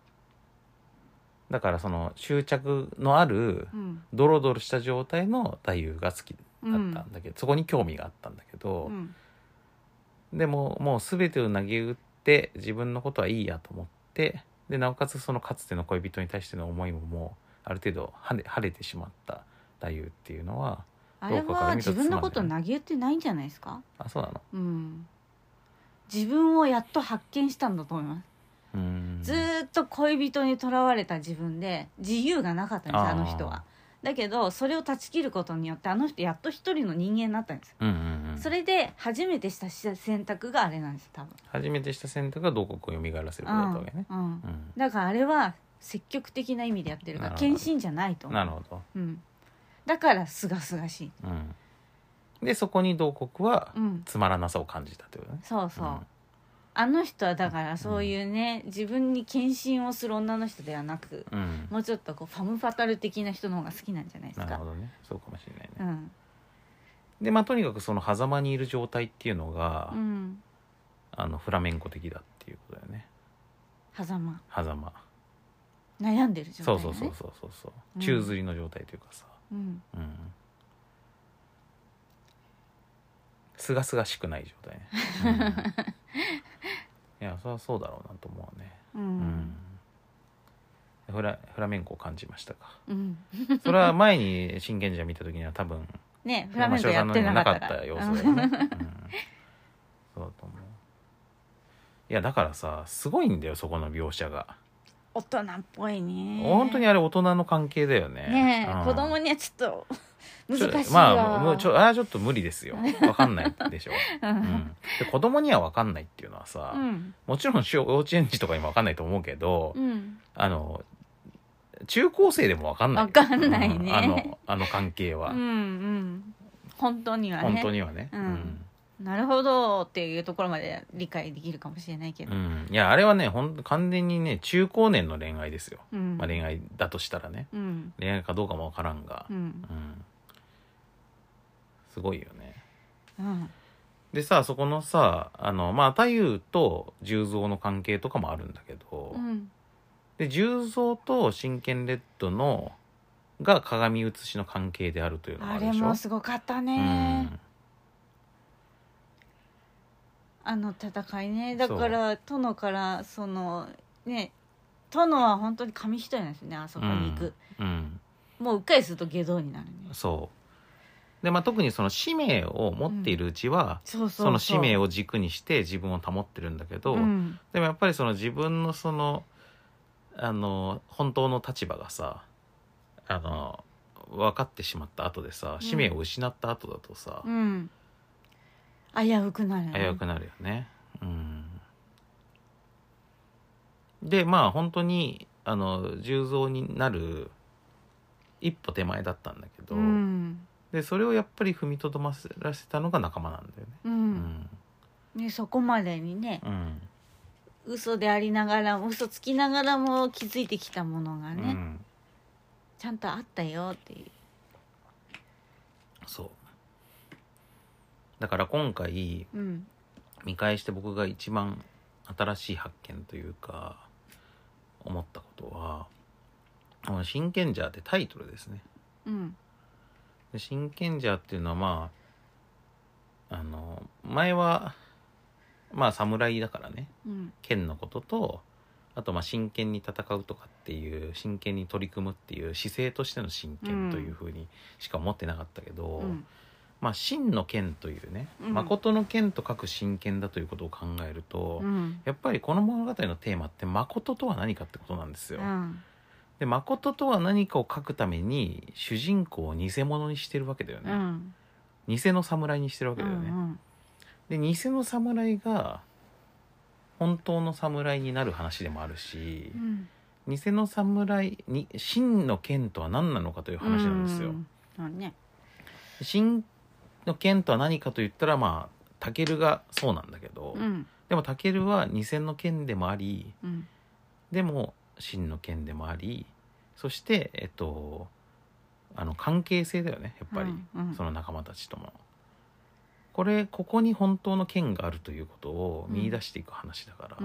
だからその執着のあるドロドロした状態の太夫が好きだったんだけど、うん、そこに興味があったんだけど、うん、でももう全てを投げ打って自分のことはいいやと思ってでなおかつそのかつての恋人に対しての思いももうある程度晴れ、晴れてしまった太夫っていうのはあれは自分のこと投げ打ってないんじゃないですか。 あ、そうなの、 うん、自分をやっと発見したんだと思います。うん、ずっと恋人にとらわれた自分で自由がなかったんですあの人は。だけどそれを断ち切ることによってあの人やっと一人の人間になったんです、うんうんうん、それで初めてした選択があれなんです多分。 初めてした選択が同国を蘇らせることだったわけね、うんうんうん、 だからあれは積極的な意味でやってるから献身じゃないと思う。 なるほど、 うん、だからすがすがしい、 うん、でそこに同国はつまらなさを感じたというね、 うん、そうそう、うん、あの人はだからそういうね、うん、自分に献身をする女の人ではなく、うん、もうちょっとこうファム・ファタル的な人の方が好きなんじゃないですか。 なるほどね、そうかもしれないね、うん、でまあとにかくその狭間にいる状態っていうのが、うん、あのフラメンコ的だっていうことだよね。 狭間狭間悩んでる状態、ね、 そうそうそうそうそうそう、うん、宙吊りの状態というかさ、うんうん、すがすがしくない状態ね、うん、いやそりゃそうだろうなと思うね、うんうん、フラ、フラメンコを感じましたか、うん、それは前に真剣じゃ見た時には多分ねフラメンコやってなかったからなかった要素だよね、うん、そうだと思う。いやだからさすごいんだよそこの描写が大人っぽいね。 本当にあれ大人の関係だよね。 ねえ、うん、子供にはちょっと難しいわ。まあちょあちょっと無理ですよ。分かんないでしょ、うん、で子供には分かんないっていうのはさ、うん、もちろん幼稚園児とかにも分かんないと思うけど、うん、あの中高生でも分かんない。 分かんないね、 うん、あのあの関係は。 うんうん、本当にはね。 本当にはね。 うんうんなるほどっていうところまで理解できるかもしれないけど、 うん、いやあれはねほん完全にね中高年の恋愛ですよ、うんまあ、恋愛だとしたらね、うん、恋愛かどうかもわからんが、うんうん、すごいよね、うん、でさそこのさあのまあ太夫と十三の関係とかもあるんだけど、うん、で十三と真剣レッドのが鏡写しの関係であるというのがあるでしょ。 あれもすごかったね、うんあの戦いね。だから殿からそのね殿は本当に紙一重なんですよねあそこに行く、うんうん、もううっかりすると下道になるね。 そうで、まあ、特にその使命を持っているうちは、うん、そうそうそうその使命を軸にして自分を保ってるんだけど、うん、でもやっぱりその自分のそのあの本当の立場がさあの分かってしまった後でさ使命を失った後だとさ、うんうん危うくなるよね。危うくなるよね。うん。でまあ本当にあの十三になる一歩手前だったんだけど、うん、でそれをやっぱり踏みとどまらせたのが仲間なんだよね。うん。 うん、でそこまでにね、うん、嘘でありながらも嘘つきながらも気づいてきたものがね、うん、ちゃんとあったよっていう。 そう。 だから今回、 うん、 見返して僕が一番新しい発見というか思ったことは、あの真剣ジャーってタイトルですね。 うん、 で真剣ジャーっていうのはまああの前はまあ侍だからね、 うん、 剣のことと、あとまあ真剣に戦うとかっていう真剣に取り組むっていう姿勢としての真剣というふうにしか思ってなかったけど、うん、まあ真の剣というね、うん、誠の剣と書く真剣だということを考えると、うん、やっぱりこの物語のテーマって誠とは何かってことなんですよ。うん、で誠とは何かを書くために主人公を偽物にしてるわけだよね、うん、偽の侍にしてるわけだよね、うんうん、で偽の侍が本当の侍になる話でもあるし、うん、偽の侍に真の剣とは何なのかという話なんですよ、うんうんね、真の剣とは何かと言ったらまあタケルがそうなんだけど、うん、でもタケルは偽の剣でもあり、うん、でも真の剣でもあり、そしてえっとあの関係性だよねやっぱり、うんうん、その仲間たちともこれここに本当の剣があるということを見出していく話だから、うん、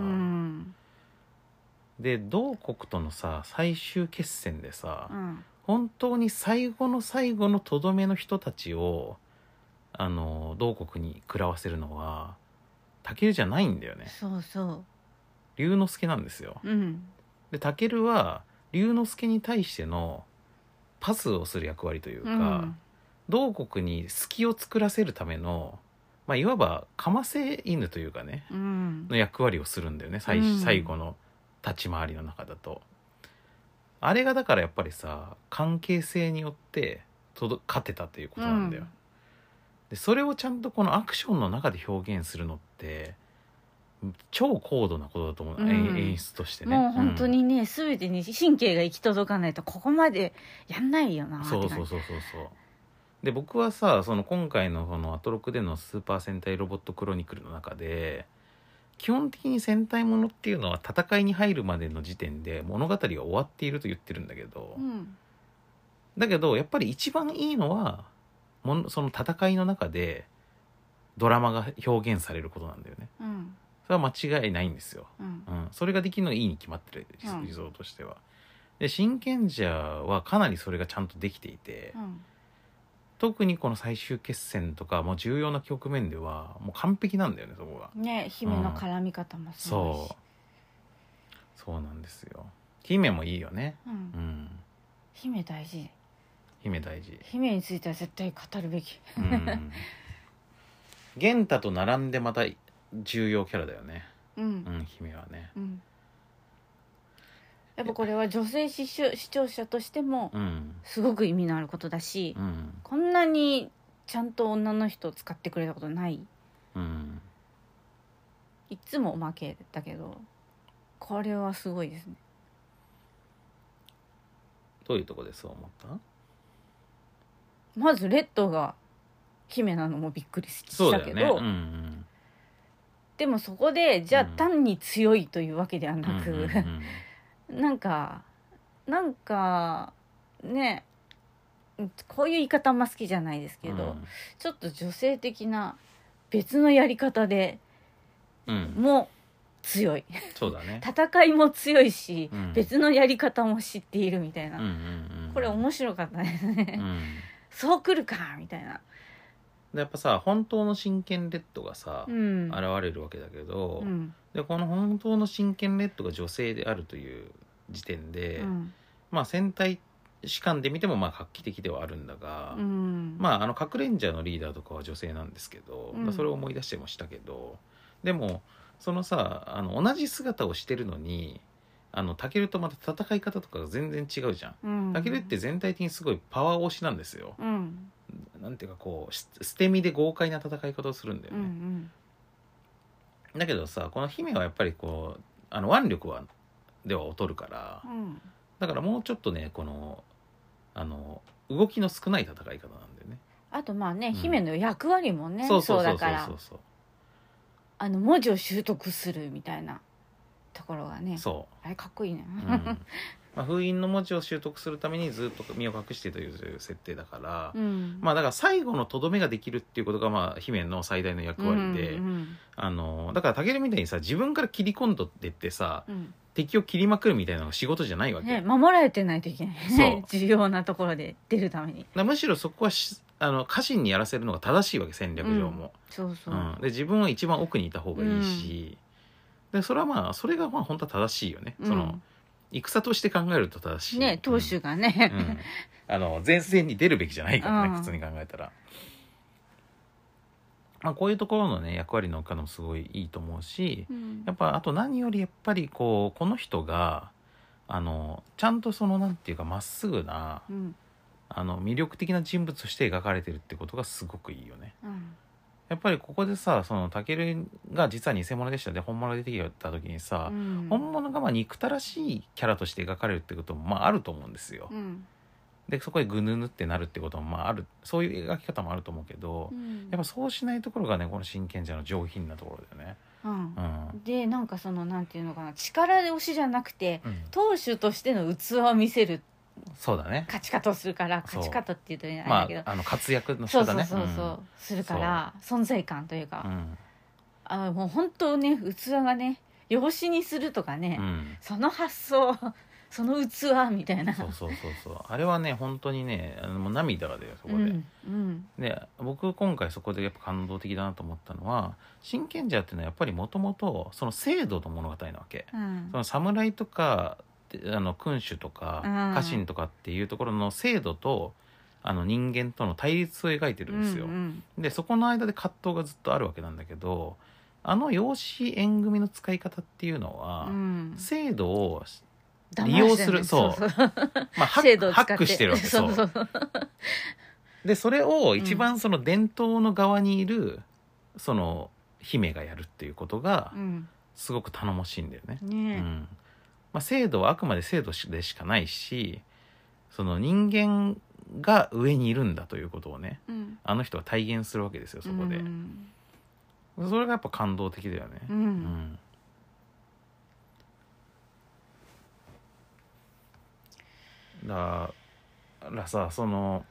で同国とのさ最終決戦でさ、うん、本当に最後の最後のとどめの人たちをあの同国に食らわせるのはタケルじゃないんだよね。 そうそう龍之介なんですよ、うん、でタケルは龍之介に対してのパスをする役割というか、うん同国に隙を作らせるための、まあ、いわばかませ犬というかね、うん、の役割をするんだよね 最,、うん、最後の立ち回りの中だと。あれがだからやっぱりさ関係性によってとど勝てたということなんだよ、うん、でそれをちゃんとこのアクションの中で表現するのって超高度なことだと思う、うん、演出としてね。 もう本当にね、うん、全てに神経が行き届かないとここまでやんないよな。 そうそうそうそうそうで僕はさその今回のそのアトロクでのスーパー戦隊ロボットクロニクルの中で基本的に戦隊ものっていうのは戦いに入るまでの時点で物語が終わっていると言ってるんだけど、うん、だけどやっぱり一番いいのはものその戦いの中でドラマが表現されることなんだよね、うん、それは間違いないんですよ、うんうん、それができるのがいいに決まってる理想としては、うん、で真剣者はかなりそれがちゃんとできていて、うん特にこの最終決戦とかもう重要な局面ではもう完璧なんだよねそこがね。姫の絡み方もすごいし、うん、そうそうなんですよ。姫もいいよね、うんうん、 姫大事姫大事姫については絶対語るべき、うん、 玄太と並んでまた重要キャラだよね、うんうん、姫はね、うんやっぱこれは女性視聴者としてもすごく意味のあることだし、うん、こんなにちゃんと女の人を使ってくれたことない、うん、いつもおまけだけどこれはすごいですね。 どういうとこでそう思った？ まずレッドが姫なのもびっくりしたけど、ねうんうん、でもそこでじゃあ単に強いというわけではなく、うんうんうんうんなんかなんかねこういう言い方あんま好きじゃないですけど、うん、ちょっと女性的な別のやり方で、うん、も強いそうだね戦いも強いし、うん、別のやり方も知っているみたいな、うんうんうんうん、これ面白かったですね、うん、そう来るかみたいな。 やっぱさ本当の真剣レッドがさ、うん、現れるわけだけど、うん、でこの本当の真剣レッドが女性であるという時点で、うん、まあ戦隊士官で見てもまあ画期的ではあるんだが、うん、まああの核レンジャーのリーダーとかは女性なんですけど、うん、それを思い出してもしたけどでもそのさあの同じ姿をしてるのにあのタケルとまた戦い方とかが全然違うじゃん、うん、タケルって全体的にすごいパワー推しなんですよ、うん、なんていうかこう捨て身で豪快な戦い方をするんだよね、うんうん、だけどさこの姫はやっぱりこうあの腕力はでは劣るから、うん、だからもうちょっとねこのあの動きの少ない戦い方なんだよね。 あとまあね、うん、姫の役割もねそうだからあの文字を習得するみたいなところがねそうあれかっこいいね、 うん、 まあ、封印の文字を習得するためにずっと身を隠してという設定だから、 うん、 まあだから最後のとどめができるっていうことがまあ姫の最大の役割で、 うんうん、 あのだからタケルみたいにさ自分から切り込んどってってさ、 うん、 敵を切りまくるみたいなのが仕事じゃないわけ、 ね、守られてないといけないね重要なところで出るために。 むしろそこはしあの家臣にやらせるのが正しいわけ、戦略上も、うん、 そうそう、 うん、で自分は一番奥にいた方がいいし、うん、でそれはまあそれがまあ本当は正しいよね、うん、その戦として考えると正しいね、当主がね、 うんうん、あの前線に出るべきじゃないからね、うん、普通に考えたら、まあ、こういうところのね役割の方もすごいいいと思うし、うん、やっぱあと何よりやっぱりこうこの人があのちゃんとそのなんていうかまっすぐな、うん、あの魅力的な人物として描かれてるってことがすごくいいよね、うん、やっぱりここでさそのタケルが実は偽物でしたで本物が出てきた時にさ、うん、本物がまあ憎たらしいキャラとして描かれるってこともまああると思うんですよ、うん、でそこでグヌヌってなるってこともまあある、そういう描き方もあると思うけど、うん、やっぱそうしないところがねこの真剣者の上品なところだよね、 うんうん、でなんかそのなんていうのかな力で押しじゃなくて、うん、党首としての器を見せる、 そうだね、 勝ち方をするから勝ち方っていうとあれだけど、 まあ、あの活躍の人だね、 そうそうそうそう、うん、するから存在感というか、うん、あもう本当ね器がね養子にするとかね、うん、その発想その器みたいな、 そうそうそうそうあれはね本当にねあのもう涙が出るそこで、うんうん、で僕今回そこでやっぱ感動的だなと思ったのは真剣者っていうのはやっぱりもともとその制度の物語なわけ、うん、その侍とかあの君主とか家臣とかっていうところの制度とあの人間との対立を描いてるんですよ、うんうん、でそこの間で葛藤がずっとあるわけなんだけど、あの養子縁組の使い方っていうのは、うん、制度を利用する、ね、そうそうそうまあハックしてるわけそうそうでそれを一番その伝統の側にいる、うん、その姫がやるっていうことがすごく頼もしいんだよね、うんうんまあ、制度はあくまで制度でしかないし、その人間が上にいるんだということをね、うん、あの人は体現するわけですよそこで、うん、それがやっぱ感動的だよね、うんうんだからさその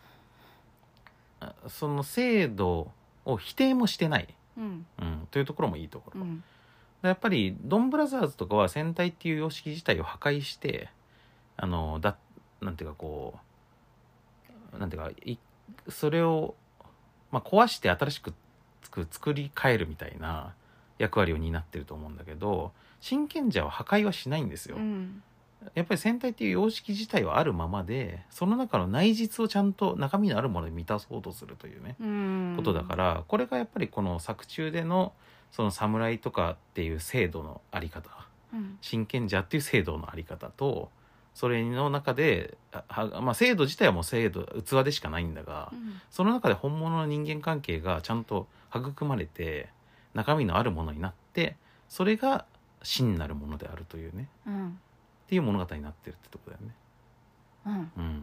その制度を否定もしてない、うんうん、というところもいいところ、うん、やっぱりドンブラザーズとかは戦隊っていう様式自体を破壊してあのだなんていうかこうなんていうかいそれを、まあ、壊して新しく作り変えるみたいな役割を担ってると思うんだけど、真剣者は破壊はしないんですよ、うんやっぱり戦隊っていう様式自体はあるままで、その中の内実をちゃんと中身のあるもので満たそうとするというね、うことだから、これがやっぱりこの作中でのその侍とかっていう制度のあり方、うん、真剣者っていう制度のあり方と、それの中で、まあ、制度自体はもう制度器でしかないんだが、うん、その中で本物の人間関係がちゃんと育まれて中身のあるものになって、それが真なるものであるというね、うんっていう物語になってるってとこだよね。うん。うん。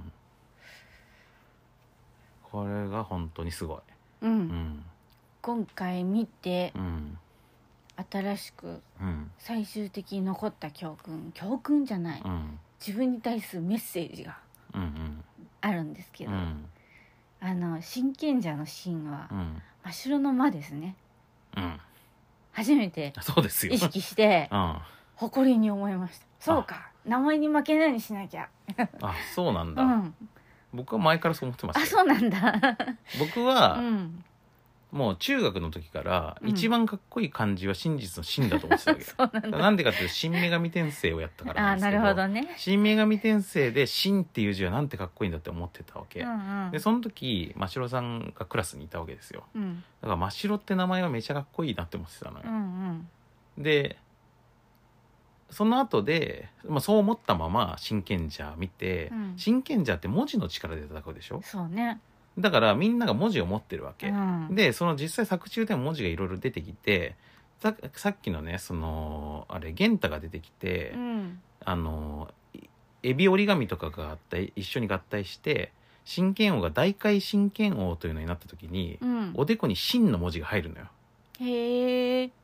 これが本当にすごい。うん。うん、 今回見て、うん、新しく最終的に残った教訓、教訓じゃない、うん、自分に対するメッセージがあるんですけど、うんうん、あの真剣者のシーンは、うん、真っ白の間ですね。うん。初めて意識して、うん、誇りに思いました。そうか。名前に負けないようにしなきゃあそうなんだ、うん、僕は前からそう思ってました。 あそうなんだ僕は、うん、もう中学の時から一番かっこいい漢字は真実の真だと思ってたわけそうなんだ。なんでかっていうと新女神転生をやったからなんですけど、あなるほどね、新女神転生で真っていう字はなんてかっこいいんだって思ってたわけ、うんうん、でその時真白さんがクラスにいたわけですよ、うん、だから真白って名前はめちゃかっこいいなって思ってたのよ、うんうん、でその後で、まあ、そう思ったまま真剣者見て、うん、真剣者って文字の力で叩くでしょ。 そうね。 だからみんなが文字を持ってるわけ、うん、でその実際作中でも文字がいろいろ出てきて、さ, さっきのねそのあれ玄太が出てきて、うん、あのエビ折り紙とかがあった一緒に合体して真剣王が大海真剣王というのになった時に、うん、おでこに真の文字が入るのよ。 へえ。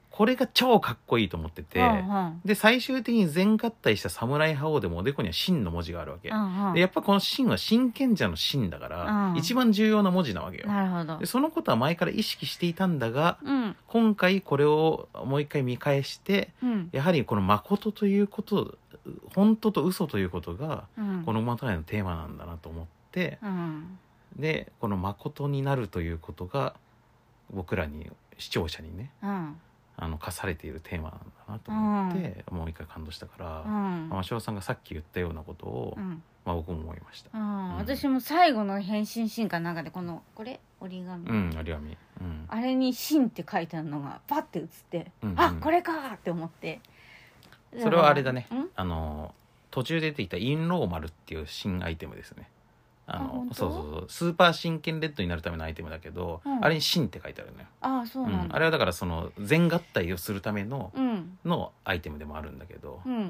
これが超かっこいいと思ってて、うんうん、で最終的に全合体した侍覇王でもおでこには真の文字があるわけ、うんうん、でやっぱこの真は真賢者の真だから、うん、一番重要な文字なわけよ。 なるほど。 でそのことは前から意識していたんだが、うん、今回これをもう一回見返して、うん、やはりこの誠ということ本当と嘘ということが、うん、この物語のテーマなんだなと思って、うん、でこの誠になるということが僕らに視聴者にね、うんあの課されているテーマなんだなと思って、うん、もう一回感動したから、うんまあ、翔さんがさっき言ったようなことを、うんまあ、僕も思いました、 うんうん、私も最後の変身シーンかなんかでこのこれ折り紙、 うん、折り紙、うん、 あれに「シン」って書いてあるのがパッて映って、うんうん、あこれかって思って。 それはあれだね、あの途中で出てきたインローマルっていう新アイテムですね。あのあそうそうそうスーパー真剣レッドになるためのアイテムだけど、うん、あれに真って書いてあるのよ。 ああそうなんだ、うん、 あれはだからその全合体をするための、うん、のアイテムでもあるんだけど、うんうん、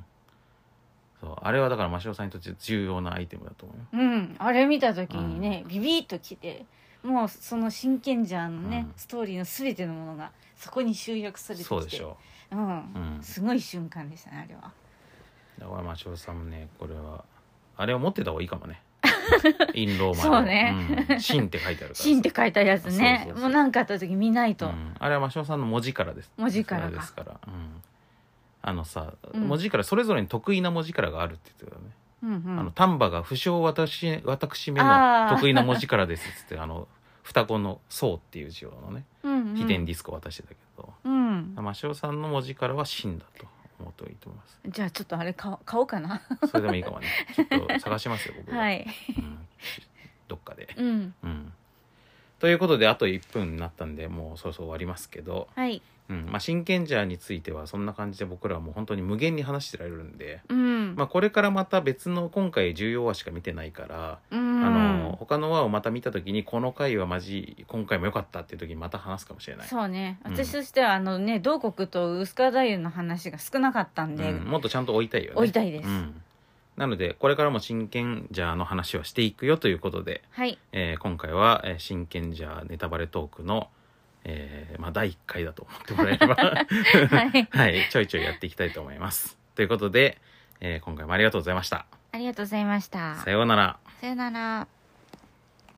そうあれはだから真汐さんにとって重要なアイテムだと思うよ。 うんあれ見た時にね、ビビッときてもうその真剣者のね、ストーリーの全てのものがそこに集約されてきて、 そうでしょう、 うんうん、すごい瞬間でしたねあれは。 だから真汐さんもねこれはあれを持ってた方がいいかもね。インローマルそうね、 うん、シンって書いてあるからシンって書いてあるやつね。そうそうそうもう何かあった時見ないと、うん、 あれは真汐さんの文字からです。 文字からですから、うん、あのさ、うん、文字からそれぞれに得意な文字からがあるって言ってたよね、うんうん、あの丹波が不詳私私めの得意な文字からですっつってあの双子の宋っていう字をのね、うんうん、秘伝ディスクを渡してたけど、うん、真汐さんの文字からはシンだと思ってもいいと思います。 じゃあちょっとあれ買おうかな。 それでもいいかもね。ちょっと探しますよ僕は、 はいうん、どっかで、 うんうん、ということであといっぷんになったんでもうそろそろ終わりますけど、 はいうんまあ、真剣者についてはそんな感じで僕らはもう本当に無限に話してられるんで、 うんまあ、これからまた別の今回じゅうよんわしか見てないから、うん、あの他の話をまた見た時にこの回はマジ今回も良かったっていう時にまた話すかもしれない。 そうね私としては、うん、あのね同国と薄川太夫の話が少なかったんで、 うん、もっとちゃんと追いたいよね。 追いたいです、 うんなのでこれからも真剣者の話はしていくよということで、 はいえー、今回は、えー、真剣者ネタバレトークの、えーまあ、だいいっかいだと思ってもらえれば、はいはい、ちょいちょいやっていきたいと思います。ということで、えー、今回もありがとうございました。 ありがとうございました。 さようなら。 さようなら。